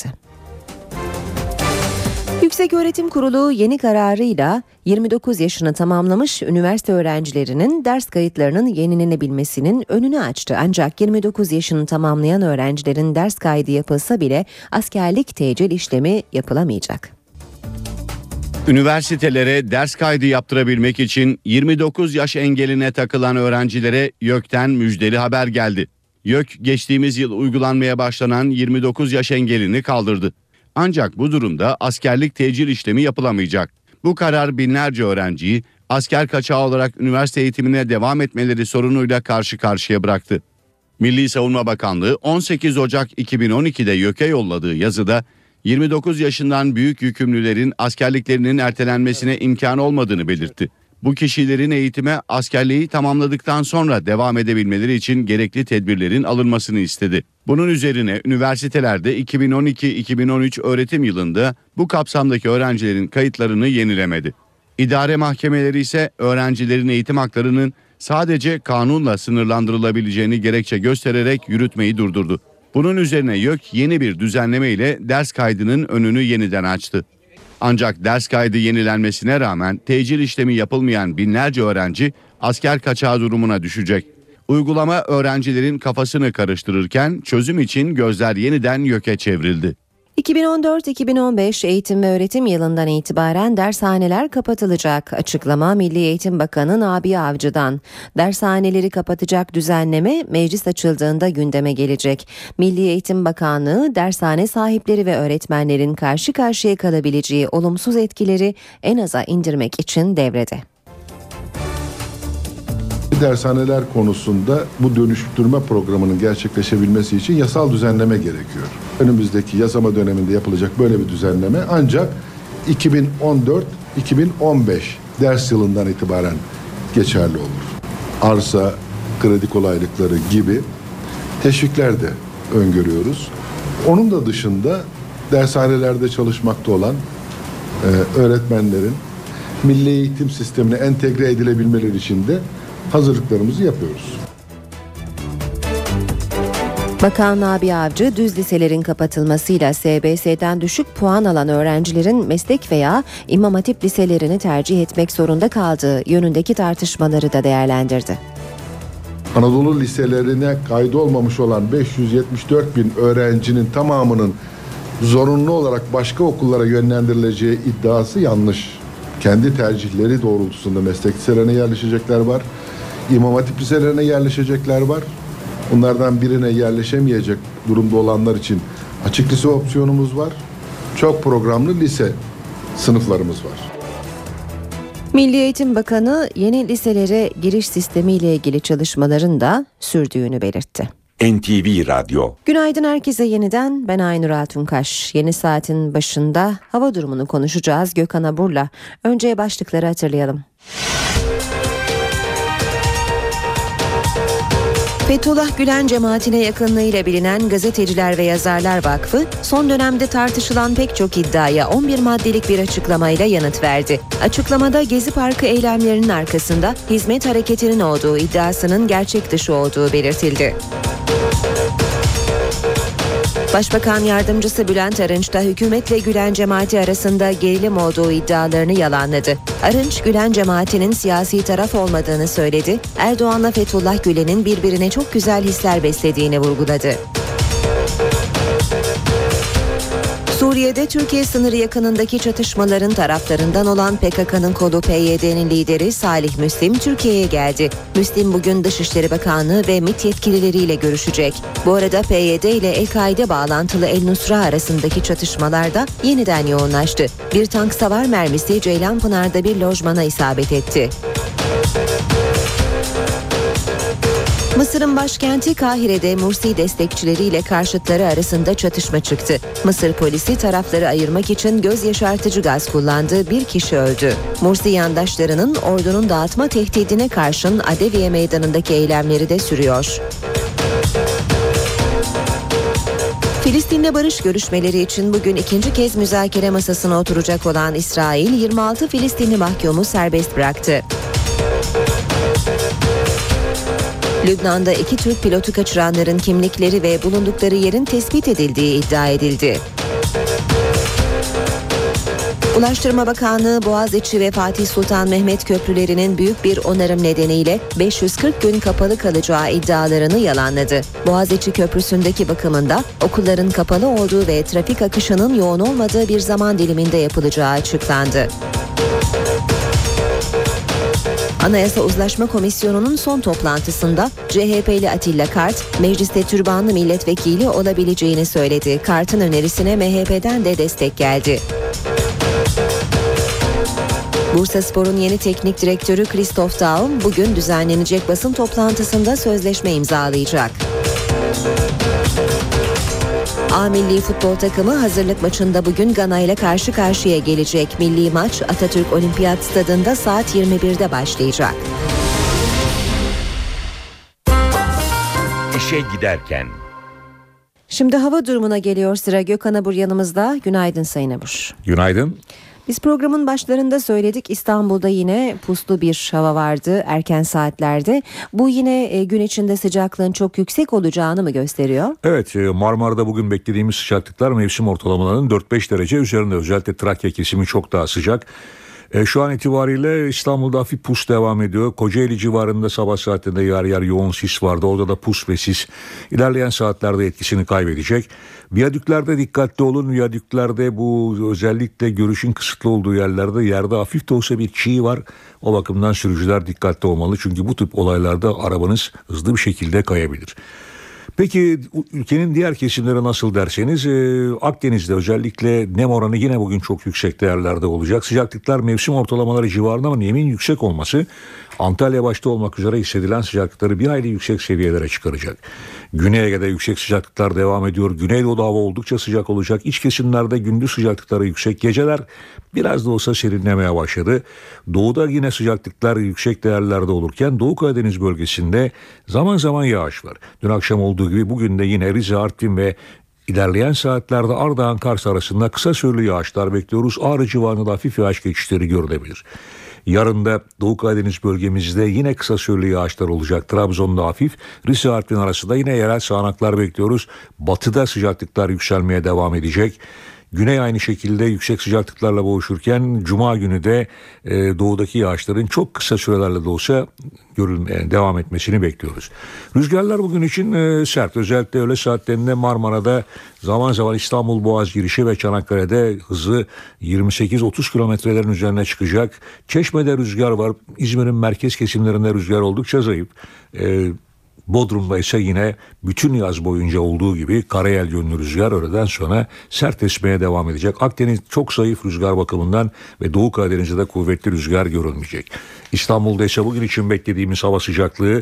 Yükseköğretim Kurulu yeni kararıyla yirmi dokuz yaşını tamamlamış üniversite öğrencilerinin ders kayıtlarının yenilenebilmesinin önünü açtı. Ancak yirmi dokuz yaşını tamamlayan öğrencilerin ders kaydı yapılsa bile askerlik tecil işlemi yapılamayacak. Üniversitelere ders kaydı yaptırabilmek için yirmi dokuz yaş engeline takılan öğrencilere YÖK'ten müjdeli haber geldi. YÖK geçtiğimiz yıl uygulanmaya başlanan yirmi dokuz yaş engelini kaldırdı. Ancak bu durumda askerlik tecil işlemi yapılamayacak. Bu karar binlerce öğrenciyi asker kaçağı olarak üniversite eğitimine devam etmeleri sorunuyla karşı karşıya bıraktı. Milli Savunma Bakanlığı on sekiz Ocak iki bin on iki'de YÖK'e yolladığı yazıda yirmi dokuz yaşından büyük yükümlülerin askerliklerinin ertelenmesine imkan olmadığını belirtti. Bu kişilerin eğitime askerliği tamamladıktan sonra devam edebilmeleri için gerekli tedbirlerin alınmasını istedi. Bunun üzerine üniversitelerde iki bin on iki iki bin on üç öğretim yılında bu kapsamdaki öğrencilerin kayıtlarını yenilemedi. İdare mahkemeleri ise öğrencilerin eğitim haklarının sadece kanunla sınırlandırılabileceğini gerekçe göstererek yürütmeyi durdurdu. Bunun üzerine YÖK yeni bir düzenleme ile ders kaydının önünü yeniden açtı. Ancak ders kaydı yenilenmesine rağmen tecil işlemi yapılmayan binlerce öğrenci asker kaçağı durumuna düşecek. Uygulama öğrencilerin kafasını karıştırırken çözüm için gözler yeniden YÖK'e çevrildi. iki bin on dört iki bin on beş eğitim ve öğretim yılından itibaren dershaneler kapatılacak. Açıklama Milli Eğitim Bakanı Nabi Avcı'dan. Dershaneleri kapatacak düzenleme meclis açıldığında gündeme gelecek. Milli Eğitim Bakanlığı dershane sahipleri ve öğretmenlerin karşı karşıya kalabileceği olumsuz etkileri en aza indirmek için devrede. Dershaneler konusunda bu dönüştürme programının gerçekleşebilmesi için yasal düzenleme gerekiyor. Önümüzdeki yasama döneminde yapılacak böyle bir düzenleme ancak iki bin on dört iki bin on beş ders yılından itibaren geçerli olur. Arsa, kredi kolaylıkları gibi teşvikler de öngörüyoruz. Onun da dışında dershanelerde çalışmakta olan e, öğretmenlerin milli eğitim sistemine entegre edilebilmeleri için de hazırlıklarımızı yapıyoruz. Bakan Nabi Avcı, düz liselerin kapatılmasıyla S B S'den düşük puan alan öğrencilerin meslek veya İmam Hatip liselerini tercih etmek zorunda kaldığı yönündeki tartışmaları da değerlendirdi. Anadolu liselerine kaydolmamış olan beş yüz yetmiş dört bin öğrencinin tamamının zorunlu olarak başka okullara yönlendirileceği iddiası yanlış. Kendi tercihleri doğrultusunda meslek liselerine yerleşecekler var. İmam Hatip liselerine yerleşecekler var. Bunlardan birine yerleşemeyecek durumda olanlar için açık lise opsiyonumuz var. Çok programlı lise sınıflarımız var. Milli Eğitim Bakanı yeni liselere giriş sistemiyle ilgili çalışmaların da sürdüğünü belirtti. N T V Radyo. Günaydın herkese yeniden, ben Aynur Altunkaş. Yeni saatin başında hava durumunu konuşacağız Gökhan Abur'la. Önce başlıkları hatırlayalım. Fethullah Gülen cemaatine yakınlığıyla bilinen Gazeteciler ve Yazarlar Vakfı, son dönemde tartışılan pek çok iddiaya on bir maddelik bir açıklamayla yanıt verdi. Açıklamada Gezi Parkı eylemlerinin arkasında hizmet hareketinin olduğu iddiasının gerçek dışı olduğu belirtildi. Başbakan Yardımcısı Bülent Arınç da hükümetle Gülen cemaati arasında gerilim olduğu iddialarını yalanladı. Arınç, Gülen cemaatinin siyasi taraf olmadığını söyledi. Erdoğan'la Fethullah Gülen'in birbirine çok güzel hisler beslediğini vurguladı. Suriye'de Türkiye sınırı yakınındaki çatışmaların taraflarından olan P K K'nın kolu P Y D'nin lideri Salih Müslim Türkiye'ye geldi. Müslim bugün Dışişleri Bakanlığı ve M İ T yetkilileriyle görüşecek. Bu arada P Y D ile El-Kaide bağlantılı El-Nusra arasındaki çatışmalar da yeniden yoğunlaştı. Bir tank savar mermisi Ceylanpınar'da bir lojmana isabet etti. Mısır'ın başkenti Kahire'de Mursi destekçileriyle karşıtları arasında çatışma çıktı. Mısır polisi tarafları ayırmak için göz yaşartıcı gaz kullandı, bir kişi öldü. Mursi yandaşlarının ordunun dağıtma tehdidine karşın Adeviye Meydanı'ndaki eylemleri de sürüyor. Filistin'le barış görüşmeleri için bugün ikinci kez müzakere masasına oturacak olan İsrail, yirmi altı Filistinli mahkumu serbest bıraktı. Lübnan'da iki Türk pilotu kaçıranların kimlikleri ve bulundukları yerin tespit edildiği iddia edildi. Ulaştırma Bakanlığı Boğaziçi ve Fatih Sultan Mehmet köprülerinin büyük bir onarım nedeniyle beş yüz kırk gün kapalı kalacağı iddialarını yalanladı. Boğaziçi Köprüsü'ndeki bakımında okulların kapalı olduğu ve trafik akışının yoğun olmadığı bir zaman diliminde yapılacağı açıklandı. Anayasa Uzlaşma Komisyonu'nun son toplantısında C H P'li Atilla Kart, mecliste türbanlı milletvekili olabileceğini söyledi. Kart'ın önerisine M H P'den de destek geldi. Bursaspor'un yeni teknik direktörü Christoph Daum bugün düzenlenecek basın toplantısında sözleşme imzalayacak. A milli futbol takımı hazırlık maçında bugün Gana ile karşı karşıya gelecek. Milli maç Atatürk Olimpiyat Stadında saat yirmi birde başlayacak. İşe giderken. Şimdi hava durumuna geliyor sıra. Gökhan Abur yanımızda. Günaydın Sayın Abur. Günaydın. Biz programın başlarında söyledik, İstanbul'da yine puslu bir hava vardı erken saatlerde. Bu yine gün içinde sıcaklığın çok yüksek olacağını mı gösteriyor? Evet, Marmara'da bugün beklediğimiz sıcaklıklar mevsim ortalamalarının dört beş derece üzerinde. Özellikle Trakya kesimi çok daha sıcak. E, şu an itibariyle İstanbul'da hafif pus devam ediyor. Kocaeli civarında sabah saatlerinde yer yer yoğun sis vardı. Orada da pus ve sis ilerleyen saatlerde etkisini kaybedecek. Viyadüklerde dikkatli olun. Viyadüklerde bu özellikle görüşün kısıtlı olduğu yerlerde yerde hafif de olsa bir çiğ var. O bakımdan sürücüler dikkatli olmalı. Çünkü bu tip olaylarda arabanız hızlı bir şekilde kayabilir. Peki ülkenin diğer kesimleri nasıl derseniz e, Akdeniz'de özellikle nem oranı yine bugün çok yüksek değerlerde olacak. Sıcaklıklar mevsim ortalamaları civarında ama nemin yüksek olması Antalya başta olmak üzere hissedilen sıcaklıkları bir hayli yüksek seviyelere çıkaracak. Güney Ege'de yüksek sıcaklıklar devam ediyor. Güneydoğu'da hava oldukça sıcak olacak. İç kesimlerde gündüz sıcaklıkları yüksek. Geceler biraz da olsa serinlemeye başladı. Doğuda yine sıcaklıklar yüksek değerlerde olurken Doğu Karadeniz bölgesinde zaman zaman yağış var. Dün akşam olduğu gibi bugün de yine Rize, Artvin ve İlerleyen saatlerde Ardahan, Kars arasında kısa süreli yağışlar bekliyoruz. Ağrı civarında hafif yağış geçişleri görülebilir. Yarın da Doğu Karadeniz bölgemizde yine kısa süreli yağışlar olacak. Trabzon'da hafif, Rize Artvin arasında yine yerel sağanaklar bekliyoruz. Batıda sıcaklıklar yükselmeye devam edecek. Güney aynı şekilde yüksek sıcaklıklarla boğuşurken Cuma günü de e, doğudaki yağışların çok kısa sürelerle de olsa görülmeye devam etmesini bekliyoruz. Rüzgarlar bugün için e, sert. Özellikle öğle saatlerinde Marmara'da, zaman zaman İstanbul Boğaz girişi ve Çanakkale'de hızı yirmi sekiz otuz kilometrelerin üzerine çıkacak. Çeşme'de rüzgar var. İzmir'in merkez kesimlerinde rüzgar oldukça zayıf. E, Bodrum'da ise yine bütün yaz boyunca olduğu gibi karayel yönlü rüzgar öğleden sonra sert esmeye devam edecek. Akdeniz çok zayıf rüzgar bakımından ve Doğu Karadeniz'de de kuvvetli rüzgar görülmeyecek. İstanbul'da ise bugün için beklediğimiz hava sıcaklığı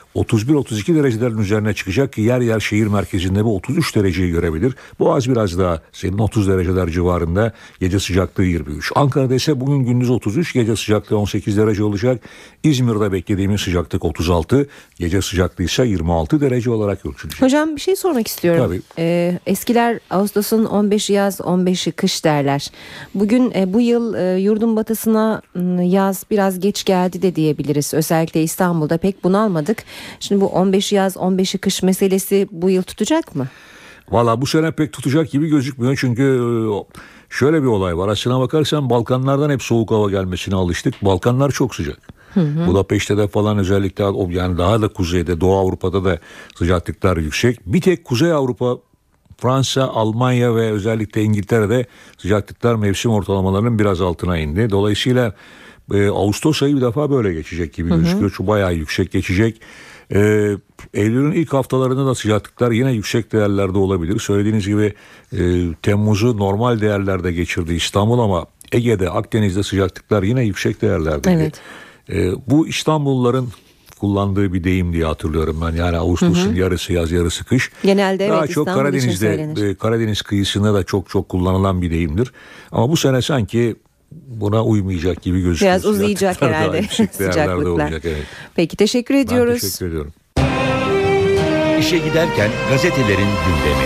otuz bir otuz iki derecelerin üzerine çıkacak ki yer yer şehir merkezinde bu otuz üç dereceyi görebilir. Boğaz biraz daha senin otuz dereceler civarında, gece sıcaklığı yirmi üç. Ankara'da ise bugün gündüz otuz üç, gece sıcaklığı on sekiz derece olacak. İzmir'de beklediğimiz sıcaklık otuz altı, gece sıcaklığı ise yirmi altı derece olarak ölçülecek. Hocam bir şey sormak istiyorum. Tabii. Ee, eskiler Ağustos'un on beşi yaz, on beşi kış derler. Bugün e, bu yıl e, yurdun batısına m, yaz biraz geç geldi de diyebiliriz. Özellikle İstanbul'da pek bunalmadık. Şimdi bu on beşi yaz, on beşi kış meselesi bu yıl tutacak mı? Valla bu sene pek tutacak gibi gözükmüyor çünkü şöyle bir olay var. Aslına bakarsan Balkanlardan hep soğuk hava gelmesine alıştık. Balkanlar çok sıcak. Hı hı. Budapeşte'de falan özellikle, yani daha da kuzeyde, Doğu Avrupa'da da sıcaklıklar yüksek. Bir tek Kuzey Avrupa, Fransa, Almanya ve özellikle İngiltere'de sıcaklıklar mevsim ortalamalarının biraz altına indi. Dolayısıyla e, Ağustos ayı bir defa böyle geçecek gibi gözüküyor. Şu bayağı yüksek geçecek. Ee, Eylül'ün ilk haftalarında da sıcaklıklar yine yüksek değerlerde olabilir. Söylediğiniz gibi e, Temmuz'u normal değerlerde geçirdi İstanbul ama Ege'de, Akdeniz'de sıcaklıklar yine yüksek değerlerdeydi. Evet. Ee, bu İstanbulluların kullandığı bir deyim diye hatırlıyorum ben. Yani Ağustos'un hı hı. yarısı yaz, yarısı kış. Genelde daha evet, çok İstanbul Karadeniz'de, e, Karadeniz kıyısında da çok çok kullanılan bir deyimdir. Ama bu sene sanki buna uymayacak gibi gözüküyor. Biraz uzayacak herhalde sıcaklıklar. Olacak, evet. Peki teşekkür ediyoruz. Ben teşekkür ediyorum. İşe giderken gazetelerin gündemi.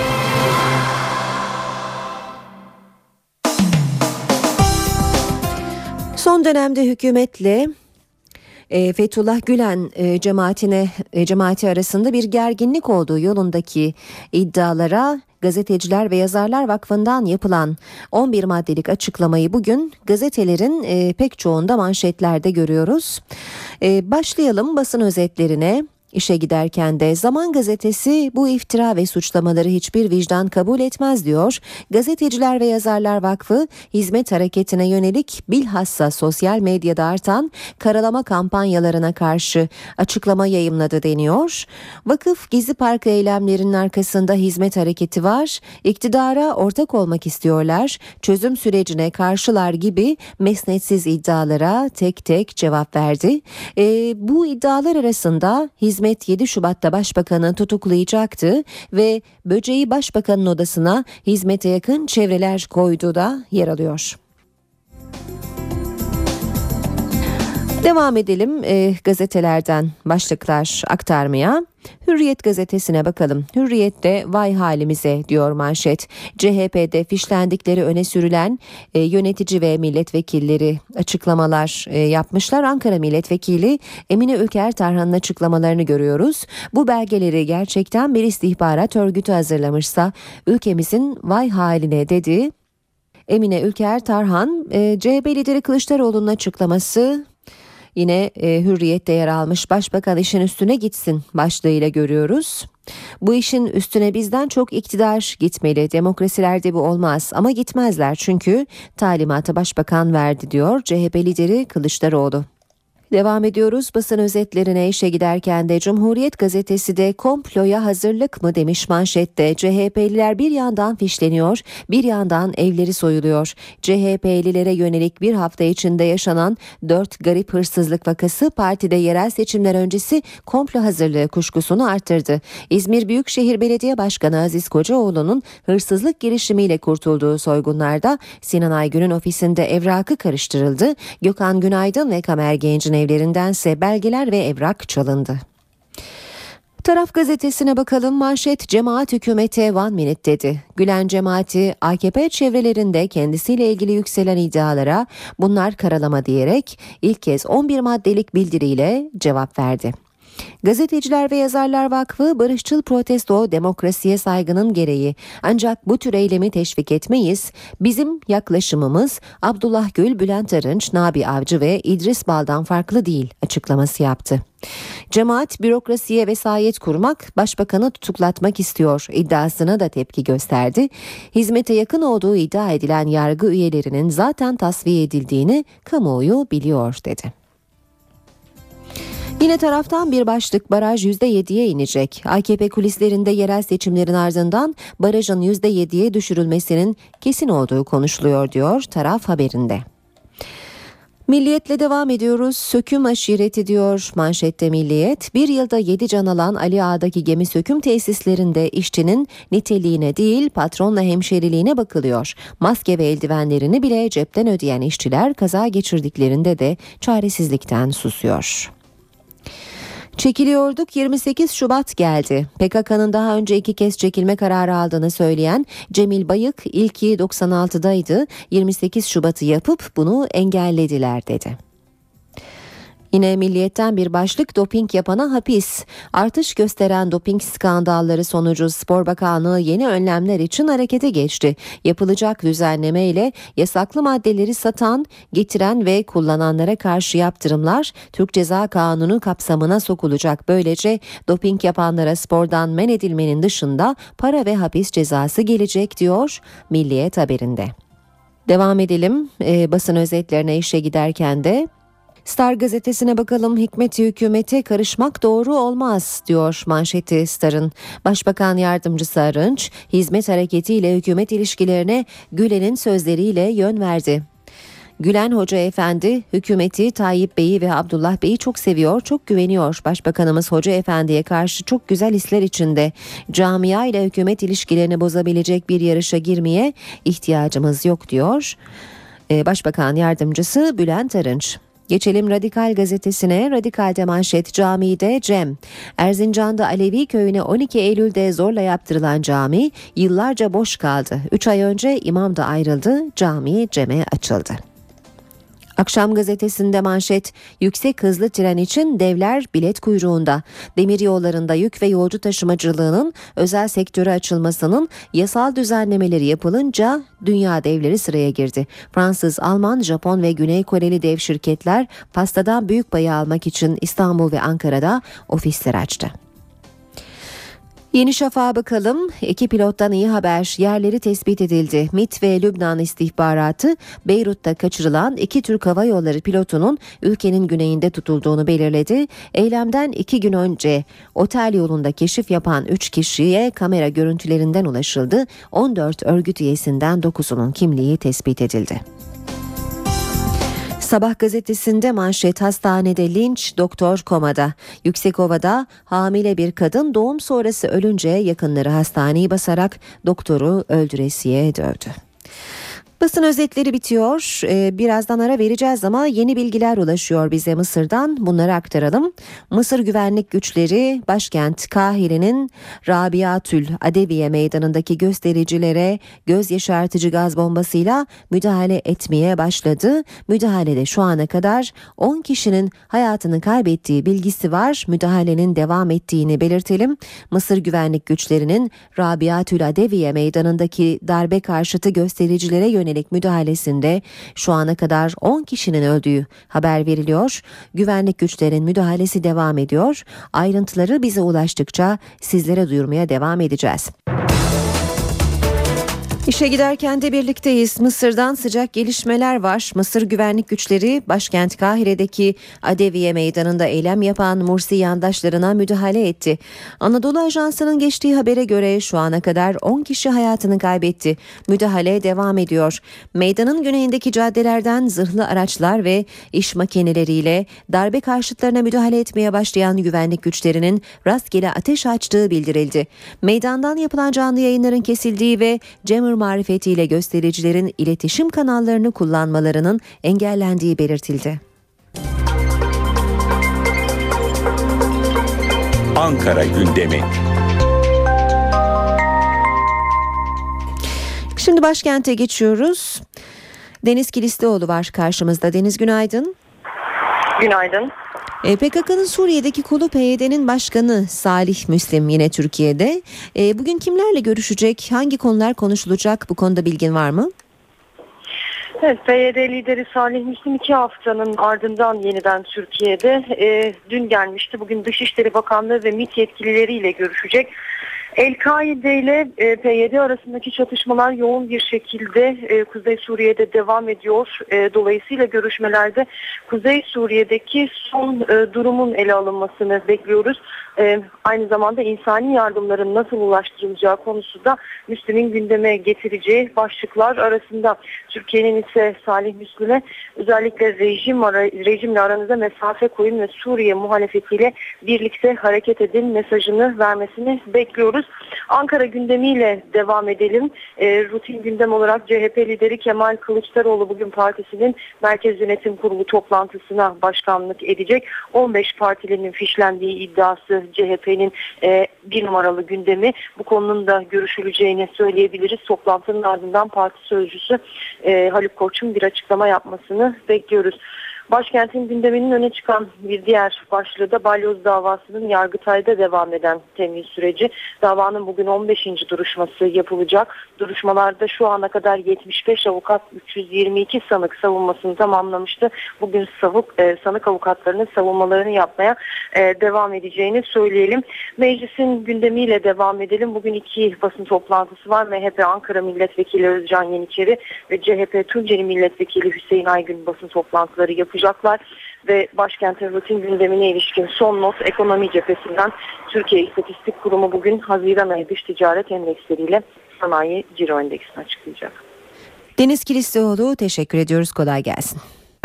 Son dönemde hükümetle e, Fethullah Gülen e, cemaatine e, cemaati arasında bir gerginlik olduğu yolundaki iddialara Gazeteciler ve Yazarlar Vakfı'ndan yapılan on bir maddelik açıklamayı bugün gazetelerin e, pek çoğunda manşetlerde görüyoruz. E, başlayalım basın özetlerine. İşe giderken de Zaman Gazetesi bu iftira ve suçlamaları hiçbir vicdan kabul etmez diyor. Gazeteciler ve Yazarlar Vakfı hizmet hareketine yönelik bilhassa sosyal medyada artan karalama kampanyalarına karşı açıklama yayımladı deniyor. Vakıf Gezi Parkı eylemlerinin arkasında hizmet hareketi var. İktidara ortak olmak istiyorlar. Çözüm sürecine karşılar gibi mesnetsiz iddialara tek tek cevap verdi. E, bu iddialar arasında hizmet yedi Şubat'ta Başbakan'ı tutuklayacaktı ve böceği Başbakan'ın odasına hizmete yakın çevreler koyduğu da yer alıyor. Devam edelim e, gazetelerden başlıklar aktarmaya. Hürriyet gazetesine bakalım. Hürriyet'te vay halimize diyor manşet. C H P'de fişlendikleri öne sürülen e, yönetici ve milletvekilleri açıklamalar e, yapmışlar. Ankara Milletvekili Emine Ülker Tarhan'ın açıklamalarını görüyoruz. Bu belgeleri gerçekten bir istihbarat örgütü hazırlamışsa ülkemizin vay haline dedi. Emine Ülker Tarhan, e, C H P lideri Kılıçdaroğlu'nun açıklaması yine e, Hürriyet'te yer almış. Başbakan işin üstüne gitsin başlığıyla görüyoruz. Bu işin üstüne bizden çok iktidar gitmeli. Demokrasilerde bu olmaz ama gitmezler çünkü talimatı başbakan verdi diyor C H P lideri Kılıçdaroğlu. Devam ediyoruz basın özetlerine. İşe giderken de Cumhuriyet gazetesi de komploya hazırlık mı demiş manşette. C H P'liler bir yandan fişleniyor, bir yandan evleri soyuluyor. C H P'lilere yönelik bir hafta içinde yaşanan dört garip hırsızlık vakası partide yerel seçimler öncesi komplo hazırlığı kuşkusunu arttırdı. İzmir Büyükşehir Belediye Başkanı Aziz Kocaoğlu'nun hırsızlık girişimiyle kurtulduğu soygunlarda Sinan Aygün'ün ofisinde evrakı karıştırıldı. Gökhan Günaydın ve Kamer Genç'in evlerindense belgeler ve evrak çalındı. Taraf gazetesine bakalım. Manşet cemaat hükümete one minute dedi. Gülen cemaati A K P çevrelerinde kendisiyle ilgili yükselen iddialara bunlar karalama diyerek ilk kez on bir maddelik bildiriyle cevap verdi. Gazeteciler ve Yazarlar Vakfı barışçıl protesto demokrasiye saygının gereği. Ancak bu tür eylemi teşvik etmeyiz. Bizim yaklaşımımız Abdullah Gül, Bülent Arınç, Nabi Avcı ve İdris Bal'dan farklı değil açıklaması yaptı. Cemaat bürokrasiye vesayet kurmak, başbakanı tutuklatmak istiyor iddiasına da tepki gösterdi. Hizmete yakın olduğu iddia edilen yargı üyelerinin zaten tasfiye edildiğini kamuoyu biliyor dedi. Yine taraftan bir başlık, baraj yüzde yediye inecek. A K P kulislerinde yerel seçimlerin ardından barajın yüzde yediye düşürülmesinin kesin olduğu konuşuluyor diyor taraf haberinde. Milliyetle devam ediyoruz. Söküm aşireti diyor manşette Milliyet. Bir yılda yedi can alan Ali Ağa'daki gemi söküm tesislerinde işçinin niteliğine değil patronla hemşeriliğine bakılıyor. Maske ve eldivenlerini bile cepten ödeyen işçiler kaza geçirdiklerinde de çaresizlikten susuyor. Çekiliyorduk, yirmi sekiz Şubat geldi. P K K'nın daha önce iki kez çekilme kararı aldığını söyleyen Cemil Bayık ilki doksan altıdaydı. yirmi sekiz Şubat'ı yapıp bunu engellediler dedi. Yine Milliyet'ten bir başlık, doping yapana hapis. Artış gösteren doping skandalları sonucu Spor Bakanlığı yeni önlemler için harekete geçti. Yapılacak düzenleme ile yasaklı maddeleri satan, getiren ve kullananlara karşı yaptırımlar Türk Ceza Kanunu kapsamına sokulacak. Böylece doping yapanlara spordan men edilmenin dışında para ve hapis cezası gelecek diyor Milliyet haberinde. Devam edelim e, basın özetlerine işe giderken de. Star gazetesine bakalım. Hikmeti hükümete karışmak doğru olmaz diyor manşeti Star'ın. Başbakan Yardımcısı Arınç, hizmet hareketiyle hükümet ilişkilerine Gülen'in sözleriyle yön verdi. Gülen Hoca Efendi hükümeti, Tayyip Bey'i ve Abdullah Bey'i çok seviyor, çok güveniyor. Başbakanımız Hoca Efendi'ye karşı çok güzel hisler içinde. Camia ile hükümet ilişkilerini bozabilecek bir yarışa girmeye ihtiyacımız yok diyor Başbakan Yardımcısı Bülent Arınç. Geçelim Radikal gazetesine. Radikal'de manşet, camide Cem. Erzincan'da Alevi köyüne on iki Eylül'de zorla yaptırılan cami yıllarca boş kaldı. üç ay önce imam da ayrıldı, cami Cem'e açıldı. Akşam gazetesinde manşet, yüksek hızlı tren için devler bilet kuyruğunda. Demiryollarında yük ve yolcu taşımacılığının özel sektöre açılmasının yasal düzenlemeleri yapılınca dünya devleri sıraya girdi. Fransız, Alman, Japon ve Güney Koreli dev şirketler pastadan büyük payı almak için İstanbul ve Ankara'da ofisler açtı. Yeni Şafak'a bakalım. İki pilottan iyi haber. Yerleri tespit edildi. MİT ve Lübnan istihbaratı Beyrut'ta kaçırılan iki Türk Hava Yolları pilotunun ülkenin güneyinde tutulduğunu belirledi. Eylemden iki gün önce otel yolunda keşif yapan üç kişiye kamera görüntülerinden ulaşıldı. on dört örgüt üyesinden dokuzunun kimliği tespit edildi. Sabah gazetesinde manşet, hastanede linç, doktor komada. Yüksekova'da hamile bir kadın doğum sonrası ölünce yakınları hastaneyi basarak doktoru öldüresiye dövdü. Basın özetleri bitiyor. Ee, birazdan ara vereceğiz ama yeni bilgiler ulaşıyor bize Mısır'dan. Bunları aktaralım. Mısır güvenlik güçleri başkent Kahire'nin Rabiatül Adeviye meydanındaki göstericilere göz yaşartıcı gaz bombasıyla müdahale etmeye başladı. Müdahalede şu ana kadar on kişinin hayatını kaybettiği bilgisi var. Müdahalenin devam ettiğini belirtelim. Mısır güvenlik güçlerinin Rabiatül Adeviye meydanındaki darbe karşıtı göstericilere yönelik müdahalesinde şu ana kadar on kişinin öldüğü haber veriliyor. Güvenlik güçlerinin müdahalesi devam ediyor. Ayrıntıları bize ulaştıkça sizlere duyurmaya devam edeceğiz. İşe giderken de birlikteyiz. Mısır'dan sıcak gelişmeler var. Mısır güvenlik güçleri başkent Kahire'deki Adeviye meydanında eylem yapan Mursi yandaşlarına müdahale etti. Anadolu Ajansı'nın geçtiği habere göre şu ana kadar on kişi hayatını kaybetti. Müdahale devam ediyor. Meydanın güneyindeki caddelerden zırhlı araçlar ve iş makineleriyle darbe karşıtlarına müdahale etmeye başlayan güvenlik güçlerinin rastgele ateş açtığı bildirildi. Meydandan yapılan canlı yayınların kesildiği ve Cemur marifetiyle göstericilerin iletişim kanallarını kullanmalarının engellendiği belirtildi. Ankara gündemi. Şimdi başkente geçiyoruz. Deniz Kilislioğlu var karşımızda. Deniz, günaydın. Günaydın. E, P K K'nın Suriye'deki kolu P Y D'nin başkanı Salih Müslim yine Türkiye'de. E, bugün kimlerle görüşecek? Hangi konular konuşulacak? Bu konuda bilgin var mı? Evet, P Y D lideri Salih Müslim iki haftanın ardından yeniden Türkiye'de. E, dün gelmişti. Bugün Dışişleri Bakanlığı ve MİT yetkilileriyle görüşecek. El-Kaide ile e, P Y D arasındaki çatışmalar yoğun bir şekilde e, Kuzey Suriye'de devam ediyor. E, dolayısıyla görüşmelerde Kuzey Suriye'deki son e, durumun ele alınmasını bekliyoruz. E, aynı zamanda insani yardımların nasıl ulaştırılacağı konusu da Müslüm'ün gündeme getireceği başlıklar arasında. Türkiye'nin ise Salih Müslüm'e özellikle rejim ara, rejimle aranıza mesafe koyun ve Suriye muhalefetiyle birlikte hareket edin mesajını vermesini bekliyoruz. Ankara gündemiyle devam edelim. E, rutin gündem olarak C H P lideri Kemal Kılıçdaroğlu bugün partisinin Merkez Yönetim Kurulu toplantısına başkanlık edecek. on beş partilinin fişlendiği iddiası C H P'nin e, bir numaralı gündemi. Bu konunun da görüşüleceğini söyleyebiliriz. Toplantının ardından parti sözcüsü e, Haluk Koç'un bir açıklama yapmasını bekliyoruz. Başkentin gündeminin öne çıkan bir diğer başlığı da Balyoz davasının Yargıtay'da devam eden temyiz süreci. Davanın bugün on beşinci duruşması yapılacak. Duruşmalarda şu ana kadar yetmiş beş avukat üç yüz yirmi iki sanık savunmasını tamamlamıştı. Bugün savuk, e, sanık avukatlarının savunmalarını yapmaya e, devam edeceğini söyleyelim. Meclisin gündemiyle devam edelim. Bugün iki basın toplantısı var. M H P Ankara Milletvekili Özcan Yeniçeri ve C H P Tunceli Milletvekili Hüseyin Aygün basın toplantıları yapacaklar ve başkentin rutin gündemine ilişkin son not ekonomi cephesinden Türkiye İstatistik Kurumu bugün Haziran ayı dış ticaret endeksleriyle sanayi ciro endeksini açıklayacak. Deniz Kilislioğlu, teşekkür ediyoruz. Kolay gelsin.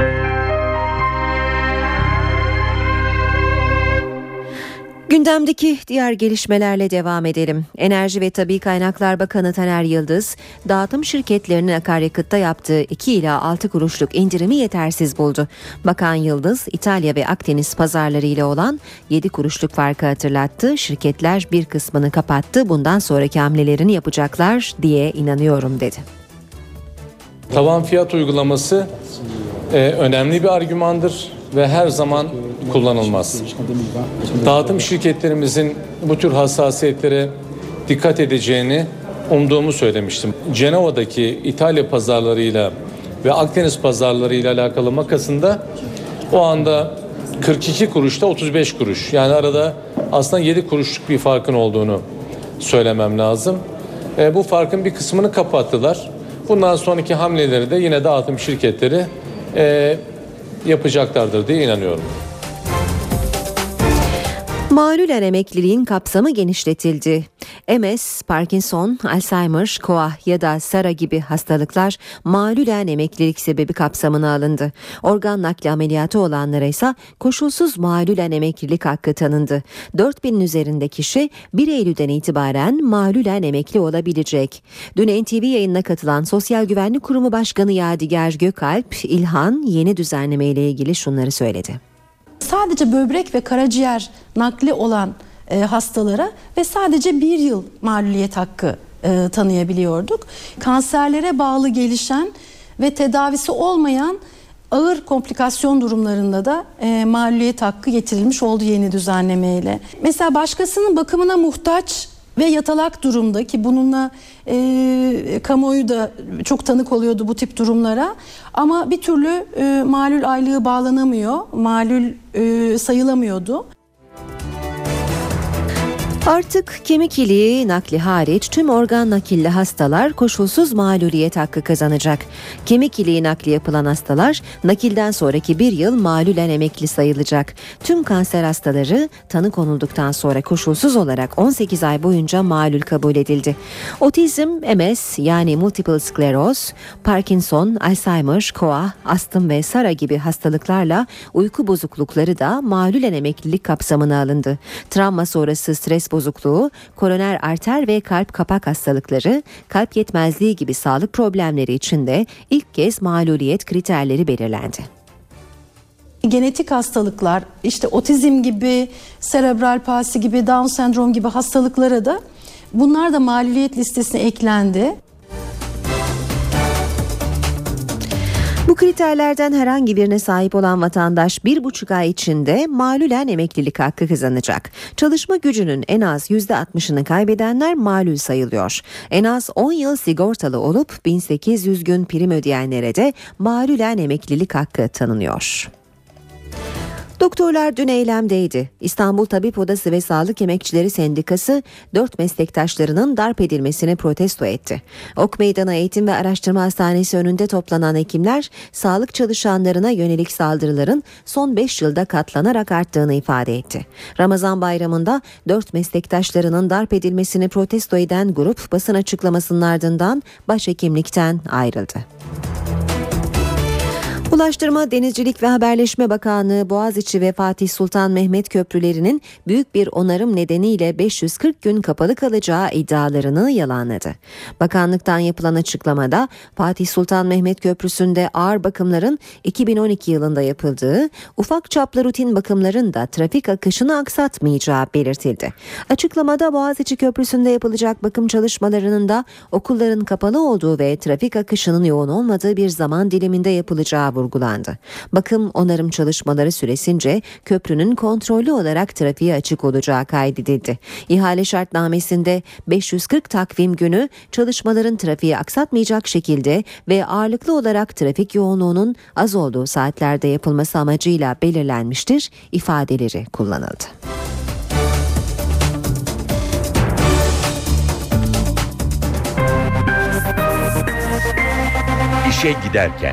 Gündemdeki diğer gelişmelerle devam edelim. Enerji ve Tabii Kaynaklar Bakanı Taner Yıldız, dağıtım şirketlerinin akaryakıtta yaptığı iki ila altı kuruşluk indirimi yetersiz buldu. Bakan Yıldız, İtalya ve Akdeniz pazarları ile olan yedi kuruşluk farkı hatırlattı. Şirketler bir kısmını kapattı, bundan sonraki hamlelerini yapacaklar diye inanıyorum dedi. Tavan fiyat uygulaması e, önemli bir argümandır ve her zaman kullanılmaz. Dağıtım şirketlerimizin bu tür hassasiyetlere dikkat edeceğini umduğumu söylemiştim. Cenova'daki İtalya pazarlarıyla ve Akdeniz pazarlarıyla alakalı makasında o anda kırk iki kuruşta otuz beş kuruş. Yani arada aslında yedi kuruşluk bir farkın olduğunu söylemem lazım. E, bu farkın bir kısmını kapattılar. Bundan sonraki hamleleri de yine dağıtım şirketleri e, yapacaklardır diye inanıyorum. Malulen emekliliğin kapsamı genişletildi. M S, Parkinson, Alzheimer, K O A ya da SARA gibi hastalıklar malulen emeklilik sebebi kapsamına alındı. Organ nakli ameliyatı olanlara ise koşulsuz malulen emeklilik hakkı tanındı. dört binin üzerinde kişi bir Eylül'den itibaren malulen emekli olabilecek. Dün N T V yayınına katılan Sosyal Güvenlik Kurumu Başkanı Yadigar Gökalp, İlhan yeni düzenleme ile ilgili şunları söyledi. Sadece böbrek ve karaciğer nakli olan e, hastalara ve sadece bir yıl maluliyet hakkı e, tanıyabiliyorduk. Kanserlere bağlı gelişen ve tedavisi olmayan ağır komplikasyon durumlarında da e, maluliyet hakkı getirilmiş oldu yeni düzenlemeyle. Mesela başkasının bakımına muhtaç ve yatalak durumda ki bununla e, kamuoyu da çok tanık oluyordu bu tip durumlara ama bir türlü e, malul aylığı bağlanamıyor, malul e, sayılamıyordu. Artık kemik iliği nakli hariç tüm organ nakilli hastalar koşulsuz maluliyet hakkı kazanacak. Kemik iliği nakli yapılan hastalar nakilden sonraki bir yıl malulen emekli sayılacak. Tüm kanser hastaları tanı konulduktan sonra koşulsuz olarak on sekiz ay boyunca malul kabul edildi. Otizm, M S yani multiple skleroz, Parkinson, Alzheimer, K O A, astım ve SARA gibi hastalıklarla uyku bozuklukları da malulen emeklilik kapsamına alındı. Travma sonrası stres bozukluğu, koroner arter ve kalp kapak hastalıkları, kalp yetmezliği gibi sağlık problemleri için de ilk kez maluliyet kriterleri belirlendi. Genetik hastalıklar, işte otizm gibi, serebral palsi gibi, Down sendrom gibi hastalıklara da bunlar da maluliyet listesine eklendi. Bu kriterlerden herhangi birine sahip olan vatandaş bir buçuk ay içinde malulen emeklilik hakkı kazanacak. Çalışma gücünün en az yüzde altmışını kaybedenler malul sayılıyor. En az on yıl sigortalı olup bin sekiz yüz gün prim ödeyenlere de malulen emeklilik hakkı tanınıyor. Doktorlar dün eylemdeydi. İstanbul Tabip Odası ve Sağlık Emekçileri Sendikası dört meslektaşlarının darp edilmesini protesto etti. Ok Meydanı Eğitim ve Araştırma Hastanesi önünde toplanan hekimler sağlık çalışanlarına yönelik saldırıların son beş yılda katlanarak arttığını ifade etti. Ramazan bayramında dört meslektaşlarının darp edilmesini protesto eden grup basın açıklamasının ardından başhekimlikten ayrıldı. Ulaştırma, Denizcilik ve Haberleşme Bakanlığı Boğaziçi ve Fatih Sultan Mehmet köprülerinin büyük bir onarım nedeniyle beş yüz kırk gün kapalı kalacağı iddialarını yalanladı. Bakanlıktan yapılan açıklamada Fatih Sultan Mehmet Köprüsü'nde ağır bakımların iki bin on iki yılında yapıldığı, ufak çaplı rutin bakımların da trafik akışını aksatmayacağı belirtildi. Açıklamada Boğaziçi Köprüsü'nde yapılacak bakım çalışmalarının da okulların kapalı olduğu ve trafik akışının yoğun olmadığı bir zaman diliminde yapılacağı vurgulandı. Bakım onarım çalışmaları süresince köprünün kontrollü olarak trafiğe açık olacağı kaydedildi. İhale şartnamesinde beş yüz kırk takvim günü çalışmaların trafiği aksatmayacak şekilde ve ağırlıklı olarak trafik yoğunluğunun az olduğu saatlerde yapılması amacıyla belirlenmiştir ifadeleri kullanıldı. İşe giderken.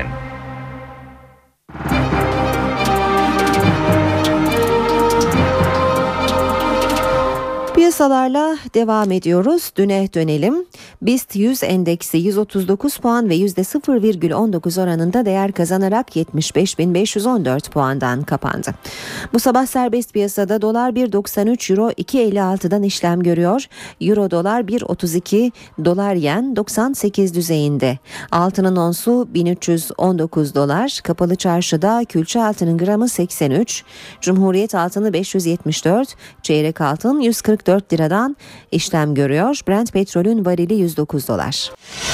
Piyasalarla devam ediyoruz. Düne dönelim. BIST yüz endeksi yüz otuz dokuz puan ve yüzde sıfır virgül on dokuz oranında değer kazanarak yetmiş beş bin beş yüz on dört puandan kapandı. Bu sabah serbest piyasada dolar bir doksan üç, euro iki elli altıdan işlem görüyor. Euro dolar bir otuz iki, dolar yen doksan sekiz düzeyinde. Altının onsu bin üç yüz on dokuz dolar. Kapalı çarşıda külçe altının gramı seksen üç, Cumhuriyet altını beş yüz yetmiş dört, çeyrek altın yüz kırk dört liradan işlem görüyor. Brent petrolün varili yüz dokuz dolar.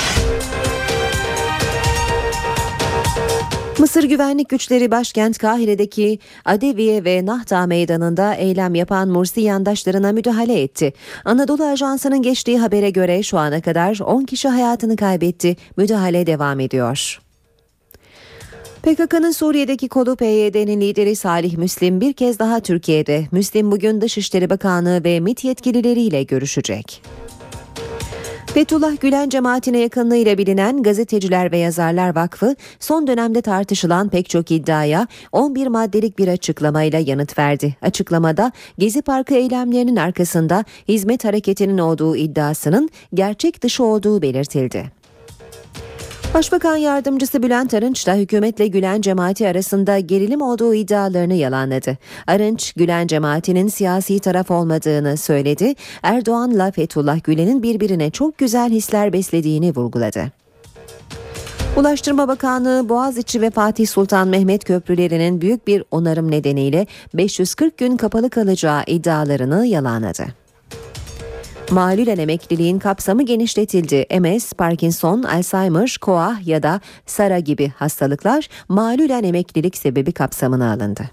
Mısır güvenlik güçleri başkent Kahire'deki Adeviye ve Nahta meydanında eylem yapan Mursi yandaşlarına müdahale etti. Anadolu Ajansı'nın geçtiği habere göre şu ana kadar on kişi hayatını kaybetti. Müdahale devam ediyor. P K K'nın Suriye'deki kolu P Y D'nin lideri Salih Müslim bir kez daha Türkiye'de. Müslim bugün Dışişleri Bakanlığı ve MİT yetkilileriyle görüşecek. Fethullah Gülen cemaatine yakınlığıyla bilinen Gazeteciler ve Yazarlar Vakfı son dönemde tartışılan pek çok iddiaya on bir maddelik bir açıklamayla yanıt verdi. Açıklamada Gezi Parkı eylemlerinin arkasında hizmet hareketinin olduğu iddiasının gerçek dışı olduğu belirtildi. Başbakan Yardımcısı Bülent Arınç da hükümetle Gülen cemaati arasında gerilim olduğu iddialarını yalanladı. Arınç, Gülen cemaatinin siyasi taraf olmadığını söyledi. Erdoğan'la Fethullah Gülen'in birbirine çok güzel hisler beslediğini vurguladı. Ulaştırma Bakanlığı Boğaziçi ve Fatih Sultan Mehmet köprülerinin büyük bir onarım nedeniyle beş yüz kırk gün kapalı kalacağı iddialarını yalanladı. Malulen emekliliğin kapsamı genişletildi. M S, Parkinson, Alzheimer, K O A ya da S A R A gibi hastalıklar malulen emeklilik sebebi kapsamına alındı.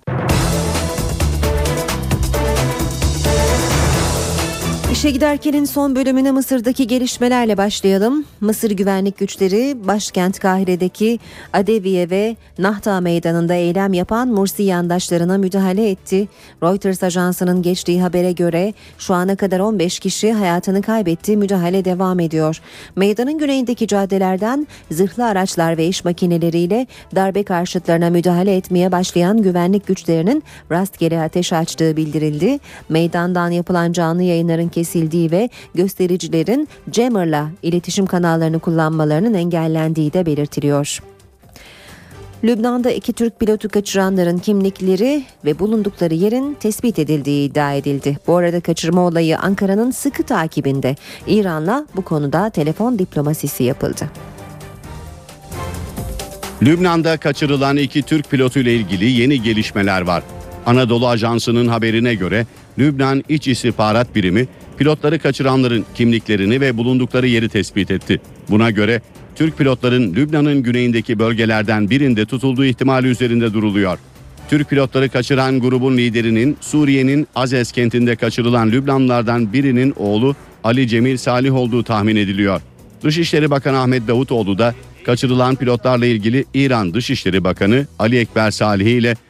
İşe giderkenin son bölümüne Mısır'daki gelişmelerle başlayalım. Mısır güvenlik güçleri başkent Kahire'deki Adeviye ve Nahta meydanında eylem yapan Mursi yandaşlarına müdahale etti. Reuters ajansının geçtiği habere göre şu ana kadar on beş kişi hayatını kaybetti. Müdahale devam ediyor. Meydanın güneyindeki caddelerden zırhlı araçlar ve iş makineleriyle darbe karşıtlarına müdahale etmeye başlayan güvenlik güçlerinin rastgele ateş açtığı bildirildi. Meydandan yapılan canlı yayınların kesildiği ve göstericilerin Jammer'la iletişim kanallarını kullanmalarının engellendiği de belirtiliyor. Lübnan'da iki Türk pilotu kaçıranların kimlikleri ve bulundukları yerin tespit edildiği iddia edildi. Bu arada kaçırma olayı Ankara'nın sıkı takibinde. İran'la bu konuda telefon diplomasisi yapıldı. Lübnan'da kaçırılan iki Türk pilotuyla ilgili yeni gelişmeler var. Anadolu Ajansı'nın haberine göre Lübnan İç İstihbarat Birimi pilotları kaçıranların kimliklerini ve bulundukları yeri tespit etti. Buna göre Türk pilotların Lübnan'ın güneyindeki bölgelerden birinde tutulduğu ihtimali üzerinde duruluyor. Türk pilotları kaçıran grubun liderinin Suriye'nin Azez kentinde kaçırılan Lübnanlılardan birinin oğlu Ali Cemil Salih olduğu tahmin ediliyor. Dışişleri Bakanı Ahmet Davutoğlu da kaçırılan pilotlarla ilgili İran Dışişleri Bakanı Ali Ekber Salih ile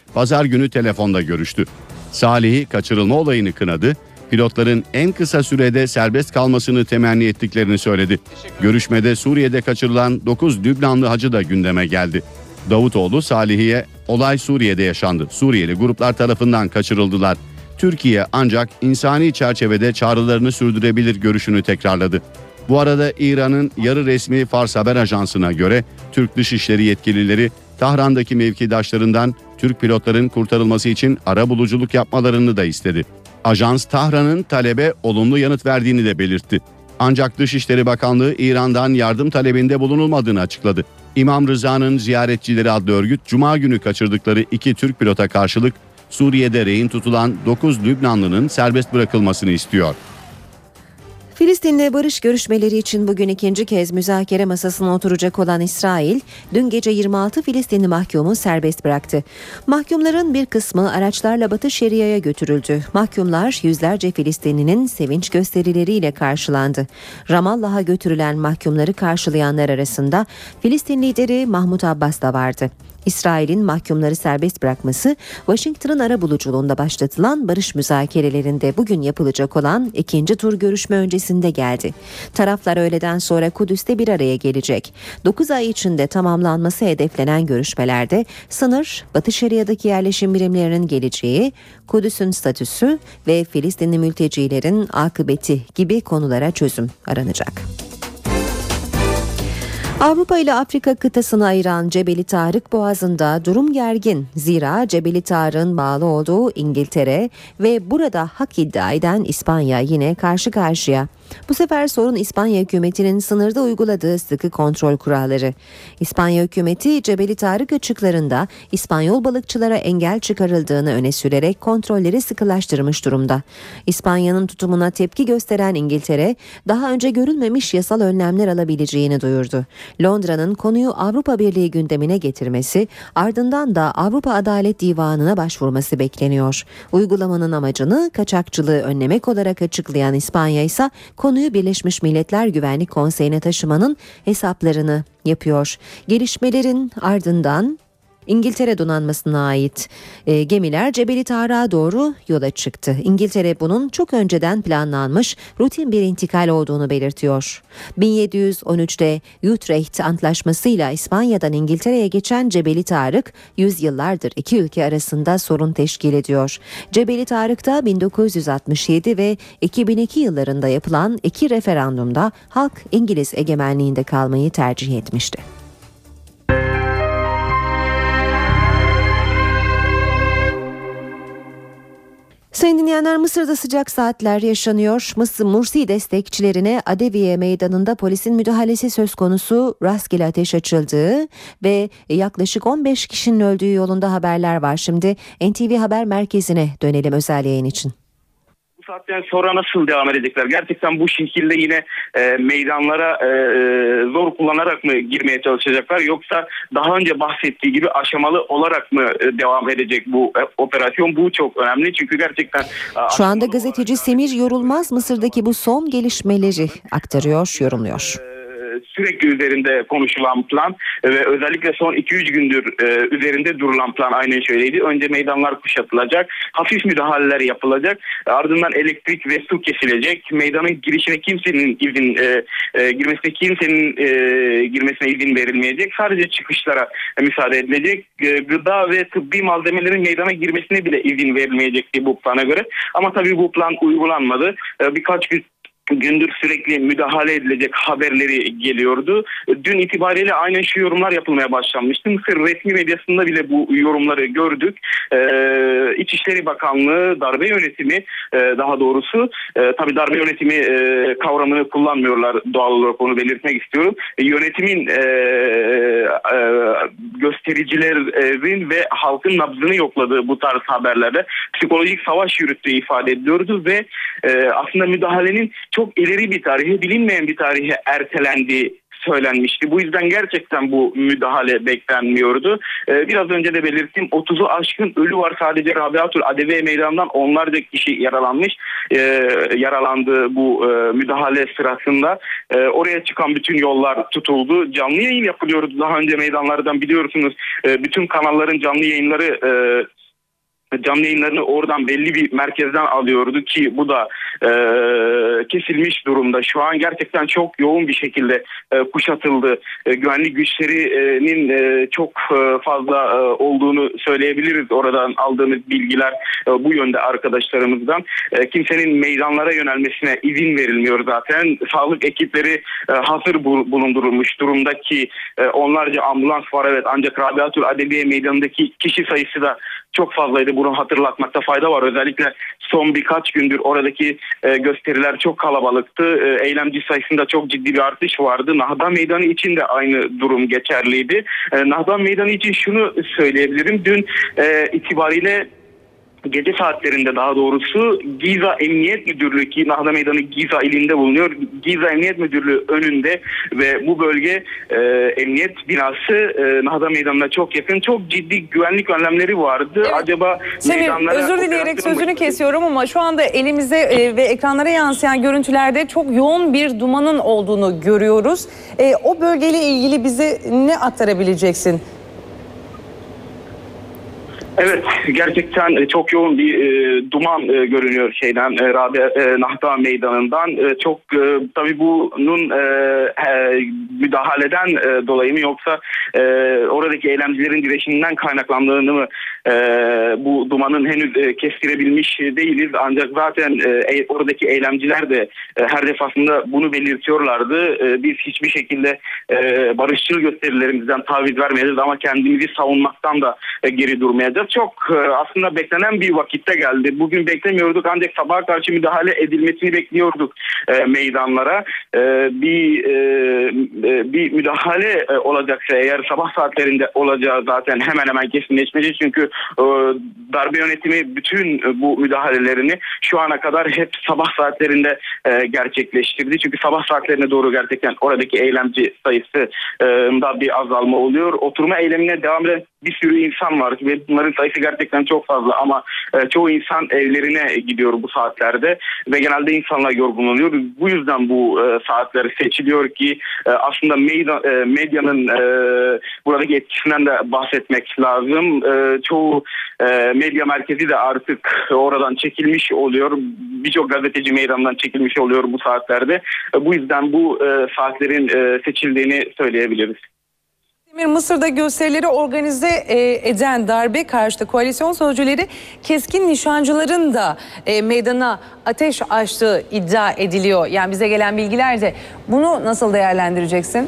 pazar günü telefonda görüştü. Salih'i kaçırılma olayını kınadı, pilotların en kısa sürede serbest kalmasını temenni ettiklerini söyledi. Görüşmede Suriye'de kaçırılan dokuz Lübnanlı hacı da gündeme geldi. Davutoğlu Salih'e olay Suriye'de yaşandı. Suriyeli gruplar tarafından kaçırıldılar. Türkiye ancak insani çerçevede çağrılarını sürdürebilir görüşünü tekrarladı. Bu arada İran'ın yarı resmi Fars Haber Ajansı'na göre Türk Dışişleri yetkilileri Tahran'daki mevkidaşlarından Türk pilotların kurtarılması için arabuluculuk yapmalarını da istedi. Ajans Tahran'ın talebe olumlu yanıt verdiğini de belirtti. Ancak Dışişleri Bakanlığı İran'dan yardım talebinde bulunulmadığını açıkladı. İmam Rıza'nın Ziyaretçileri adlı örgüt Cuma günü kaçırdıkları iki Türk pilota karşılık Suriye'de rehin tutulan dokuz Lübnanlı'nın serbest bırakılmasını istiyor. Filistin'le barış görüşmeleri için bugün ikinci kez müzakere masasına oturacak olan İsrail, dün gece yirmi altı Filistinli mahkumu serbest bıraktı. Mahkumların bir kısmı araçlarla Batı Şeria'ya götürüldü. Mahkumlar yüzlerce Filistinlinin sevinç gösterileriyle karşılandı. Ramallah'a götürülen mahkumları karşılayanlar arasında Filistin lideri Mahmut Abbas da vardı. İsrail'in mahkumları serbest bırakması, Washington'ın arabuluculuğunda başlatılan barış müzakerelerinde bugün yapılacak olan ikinci tur görüşme öncesinde geldi. Taraflar öğleden sonra Kudüs'te bir araya gelecek. dokuz ay içinde tamamlanması hedeflenen görüşmelerde sınır, Batı Şeria'daki yerleşim birimlerinin geleceği, Kudüs'ün statüsü ve Filistinli mültecilerin akıbeti gibi konulara çözüm aranacak. Avrupa ile Afrika kıtasını ayıran Cebeli Tarık Boğazı'nda durum gergin. Zira Cebeli Tarık'ın bağlı olduğu İngiltere ve burada hak iddia eden İspanya yine karşı karşıya. Bu sefer sorun İspanya hükümetinin sınırda uyguladığı sıkı kontrol kuralları. İspanya hükümeti Cebeli Tarık açıklarında İspanyol balıkçılara engel çıkarıldığını öne sürerek kontrolleri sıkılaştırmış durumda. İspanya'nın tutumuna tepki gösteren İngiltere, daha önce görülmemiş yasal önlemler alabileceğini duyurdu. Londra'nın konuyu Avrupa Birliği gündemine getirmesi, ardından da Avrupa Adalet Divanı'na başvurması bekleniyor. Uygulamanın amacını kaçakçılığı önlemek olarak açıklayan İspanya ise konuyu Birleşmiş Milletler Güvenlik Konseyi'ne taşımanın hesaplarını yapıyor. Gelişmelerin ardından İngiltere donanmasına ait e, gemiler Cebeli Tarık'a doğru yola çıktı. İngiltere bunun çok önceden planlanmış rutin bir intikal olduğunu belirtiyor. bin yedi yüz on üçte Utrecht Antlaşması'yla İspanya'dan İngiltere'ye geçen Cebeli Tarık, yüzyıllardır iki ülke arasında sorun teşkil ediyor. Cebeli Tarık'ta bin dokuz yüz altmış yedi ve iki bin iki yıllarında yapılan iki referandumda halk İngiliz egemenliğinde kalmayı tercih etmişti. Sayın dinleyenler, Mısır'da sıcak saatler yaşanıyor. Mısır Mursi destekçilerine Adeviye Meydanı'nda polisin müdahalesi söz konusu, rastgele ateş açıldığı ve yaklaşık on beş kişinin öldüğü yolunda haberler var. Şimdi N T V Haber Merkezi'ne dönelim özel yayın için. Bu saatten sonra nasıl devam edecekler? Gerçekten bu şekilde yine e, meydanlara e, zor kullanarak mı girmeye çalışacaklar? Yoksa daha önce bahsettiği gibi aşamalı olarak mı e, devam edecek bu e, operasyon? Bu çok önemli çünkü gerçekten... E, Şu anda gazeteci Semir Yorulmaz Mısır'daki bu son gelişmeleri aktarıyor, yorumluyor. Sürekli üzerinde konuşulan plan ve özellikle son iki üç gündür e, üzerinde durulan plan aynen şöyleydi. Önce meydanlar kuşatılacak, hafif müdahaleler yapılacak, ardından elektrik ve su kesilecek. Meydanın girişine kimsenin izin e, e, girmesine kimsenin e, girmesine izin verilmeyecek. Sadece çıkışlara e, müsaade edilecek. E, gıda ve tıbbi malzemelerin meydana girmesine bile izin verilmeyecekti bu plana göre. Ama tabii bu plan uygulanmadı. E, birkaç gün gündür sürekli müdahale edilecek haberleri geliyordu. Dün itibariyle aynen şu yorumlar yapılmaya başlanmıştı. Mısır resmi medyasında bile bu yorumları gördük. Ee, İçişleri Bakanlığı, darbe yönetimi e, daha doğrusu e, tabii darbe yönetimi e, kavramını kullanmıyorlar, doğal olarak onu belirtmek istiyorum. E, yönetimin e, e, göstericilerin ve halkın nabzını yokladığı bu tarz haberlerde psikolojik savaş yürüttüğü ifade ediyordu ve e, aslında müdahalenin çok ileri bir tarihe, bilinmeyen bir tarihe ertelendiği söylenmişti. Bu yüzden gerçekten bu müdahale beklenmiyordu. Ee, biraz önce de belirttim, otuzu aşkın ölü var sadece Rabiatul Adeviye Meydanı'ndan onlarca kişi yaralanmış. Ee, yaralandı bu e, müdahale sırasında. Ee, oraya çıkan bütün yollar tutuldu. Canlı yayın yapılıyordu daha önce meydanlardan, biliyorsunuz. Ee, bütün kanalların canlı yayınları e, canlı yayınlarını oradan belli bir merkezden alıyordu ki bu da e, kesilmiş durumda. Şu an gerçekten çok yoğun bir şekilde e, kuşatıldı. E, güvenlik güçlerinin e, çok e, fazla e, olduğunu söyleyebiliriz. Oradan aldığımız bilgiler e, bu yönde arkadaşlarımızdan. E, kimsenin meydanlara yönelmesine izin verilmiyor zaten. Sağlık ekipleri e, hazır bulundurulmuş durumda ki e, onlarca ambulans var, evet, ancak Rabiatül Adebiye Meydanı'ndaki kişi sayısı da çok fazlaydı. Bunu hatırlatmakta fayda var. Özellikle son birkaç gündür oradaki e, gösteriler çok kalabalıktı. E, eylemci sayısında çok ciddi bir artış vardı. Nahda Meydanı için de aynı durum geçerliydi. E, Nahda Meydanı için şunu söyleyebilirim. Dün e, itibariyle gece saatlerinde, daha doğrusu Giza Emniyet Müdürlüğü, ki Nahda Meydanı Giza ilinde bulunuyor, Giza Emniyet Müdürlüğü önünde ve bu bölge e, emniyet binası e, Nahda Meydanı'na çok yakın, çok ciddi güvenlik önlemleri vardı. Evet. Acaba Semir, meydanlara... özür dileyerek sözünü kesiyorum ama şu anda elimize e, ve ekranlara yansıyan görüntülerde çok yoğun bir dumanın olduğunu görüyoruz. E, o bölgeyle ilgili bize ne aktarabileceksin? Evet, gerçekten çok yoğun bir e, duman e, görünüyor şeyden, e, Rabia e, Nahda Meydanı'ndan. E, çok e, tabii bunun e, e, müdahaleden e, dolayı mı, yoksa e, oradaki eylemcilerin direnişinden kaynaklandığını mı e, bu dumanın henüz e, kestirebilmiş değiliz. Ancak zaten e, oradaki eylemciler de e, her defasında bunu belirtiyorlardı. E, biz hiçbir şekilde e, barışçıl gösterilerimizden taviz vermeyeceğiz ama kendimizi savunmaktan da e, geri durmayacağız. Çok aslında beklenen bir vakitte geldi. Bugün beklemiyorduk ancak sabaha karşı müdahale edilmesini bekliyorduk e, meydanlara. E, bir e, bir müdahale e, olacaksa eğer sabah saatlerinde olacağı zaten hemen hemen kesinleşmeyecek. Çünkü e, darbe yönetimi bütün bu müdahalelerini şu ana kadar hep sabah saatlerinde e, gerçekleştirdi. Çünkü sabah saatlerine doğru gerçekten oradaki eylemci sayısında bir azalma oluyor. Oturma eylemine devam eden bir sürü insan var ve bunların sayısı gerçekten çok fazla ama e, çoğu insan evlerine gidiyor bu saatlerde ve genelde insanlar yorgunlanıyor. Bu yüzden bu e, saatler seçiliyor ki e, aslında medya, e, medyanın e, buradaki etkisinden de bahsetmek lazım. E, çoğu e, medya merkezi de artık oradan çekilmiş oluyor. Birçok gazeteci meydandan çekilmiş oluyor bu saatlerde. E, bu yüzden bu e, saatlerin e, seçildiğini söyleyebiliriz. Mısır'da gösterileri organize eden darbe karşıtı koalisyon sözcüleri keskin nişancıların da e, meydana ateş açtığı iddia ediliyor. Yani bize gelen bilgiler de bunu nasıl değerlendireceksin?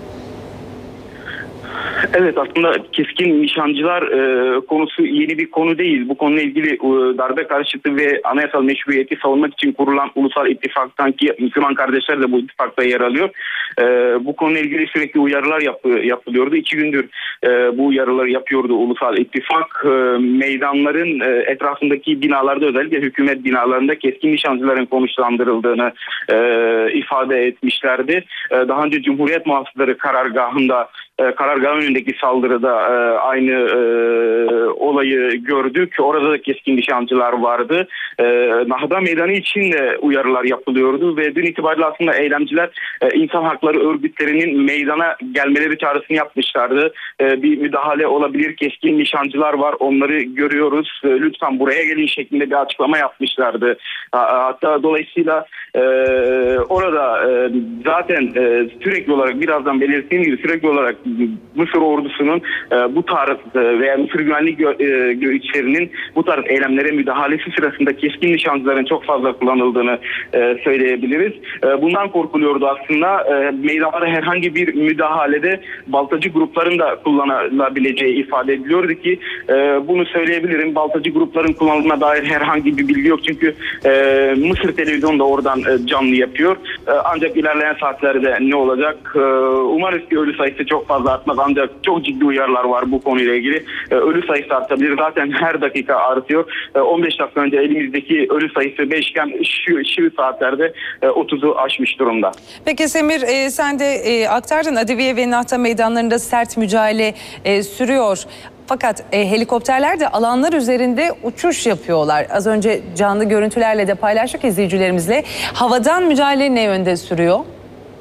Evet, aslında keskin nişancılar e, konusu yeni bir konu değil. Bu konuyla ilgili e, darbe karşıtı ve anayasal meşruiyeti savunmak için kurulan Ulusal İttifak'tan, ki Müslüman kardeşler de bu ittifakta yer alıyor. E, bu konuyla ilgili sürekli uyarılar yap, yapılıyordu. İki gündür e, bu uyarıları yapıyordu Ulusal İttifak. E, meydanların e, etrafındaki binalarda, özellikle hükümet binalarında keskin nişancıların konuşlandırıldığını e, ifade etmişlerdi. E, daha önce Cumhuriyet Muhafızları karargahında E, karargahın önündeki saldırıda e, aynı e, olayı gördük. Orada da keskin nişancılar vardı. E, Nahda Meydanı için de uyarılar yapılıyordu ve dün itibariyle aslında eylemciler e, insan hakları örgütlerinin meydana gelmeleri çağrısını yapmışlardı. E, bir müdahale olabilir, keskin nişancılar var, onları görüyoruz. E, lütfen buraya gelin şeklinde bir açıklama yapmışlardı. Hatta dolayısıyla e, orada e, zaten e, sürekli olarak, birazdan belirttiğim gibi, sürekli olarak Mısır ordusunun e, bu tarz e, veya Mısır güvenlik gö- e, güçlerinin bu tarz eylemlere müdahalesi sırasında keskin nişancıların çok fazla kullanıldığını e, söyleyebiliriz. E, bundan korkuluyordu aslında. E, meydanlara herhangi bir müdahalede baltacı grupların da kullanılabileceği ifade ediliyordu ki e, bunu söyleyebilirim. Baltacı grupların kullanıldığına dair herhangi bir bilgi yok. Çünkü e, Mısır televizyonu da oradan e, canlı yapıyor. E, ancak ilerleyen saatlerde ne olacak? E, umarız ki ölü sayısı çok fazla artmaz, ancak çok ciddi uyarılar var bu konuyla ilgili. Ee, ölü sayısı artabilir. Zaten her dakika artıyor. Ee, on beş dakika önce elimizdeki ölü sayısı beş iken şu, şu saatlerde e, otuzu aşmış durumda. Peki Semir, e, sen de e, aktardın, Adebiye ve Nahda meydanlarında sert mücadele e, sürüyor. Fakat e, helikopterler de alanlar üzerinde uçuş yapıyorlar. Az önce canlı görüntülerle de paylaştık izleyicilerimizle. Havadan mücadele ne yönde sürüyor?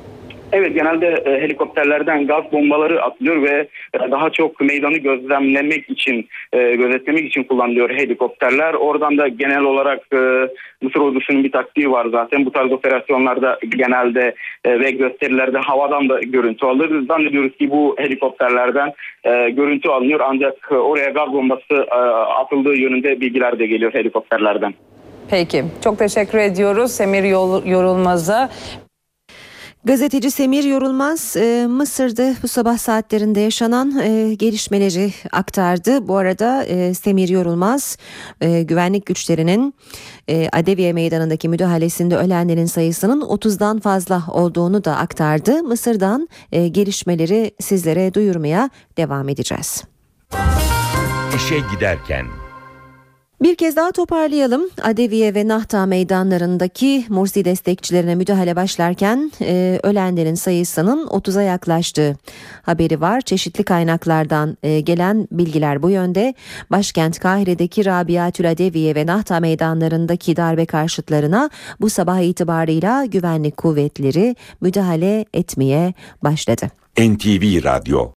Evet, genelde e, helikopterlerden gaz bombaları atılıyor ve e, daha çok meydanı gözlemlemek için, e, gözetlemek için kullanılıyor helikopterler. Oradan da genel olarak e, Mısır ordusunun bir taktiği var zaten. Bu tarz operasyonlarda genelde e, ve gösterilerde havadan da görüntü alır. Zannediyoruz ki bu helikopterlerden e, görüntü alınıyor, ancak e, oraya gaz bombası e, atıldığı yönünde bilgiler de geliyor helikopterlerden. Peki, çok teşekkür ediyoruz Semir Yorulmaz'a. Gazeteci Semir Yorulmaz e, Mısır'da bu sabah saatlerinde yaşanan e, gelişmeleri aktardı. Bu arada e, Semir Yorulmaz e, güvenlik güçlerinin e, Adeviye Meydanı'ndaki müdahalesinde ölenlerin sayısının otuzdan fazla olduğunu da aktardı. Mısır'dan e, gelişmeleri sizlere duyurmaya devam edeceğiz. İşe giderken. Bir kez daha toparlayalım. Adeviye ve Nahta meydanlarındaki Mursi destekçilerine müdahale başlarken e, ölenlerin sayısının otuza yaklaştığı haberi var. Çeşitli kaynaklardan e, gelen bilgiler bu yönde. Başkent Kahire'deki Rabiatül Adeviye ve Nahta meydanlarındaki darbe karşıtlarına bu sabah itibarıyla güvenlik kuvvetleri müdahale etmeye başladı. N T V Radyo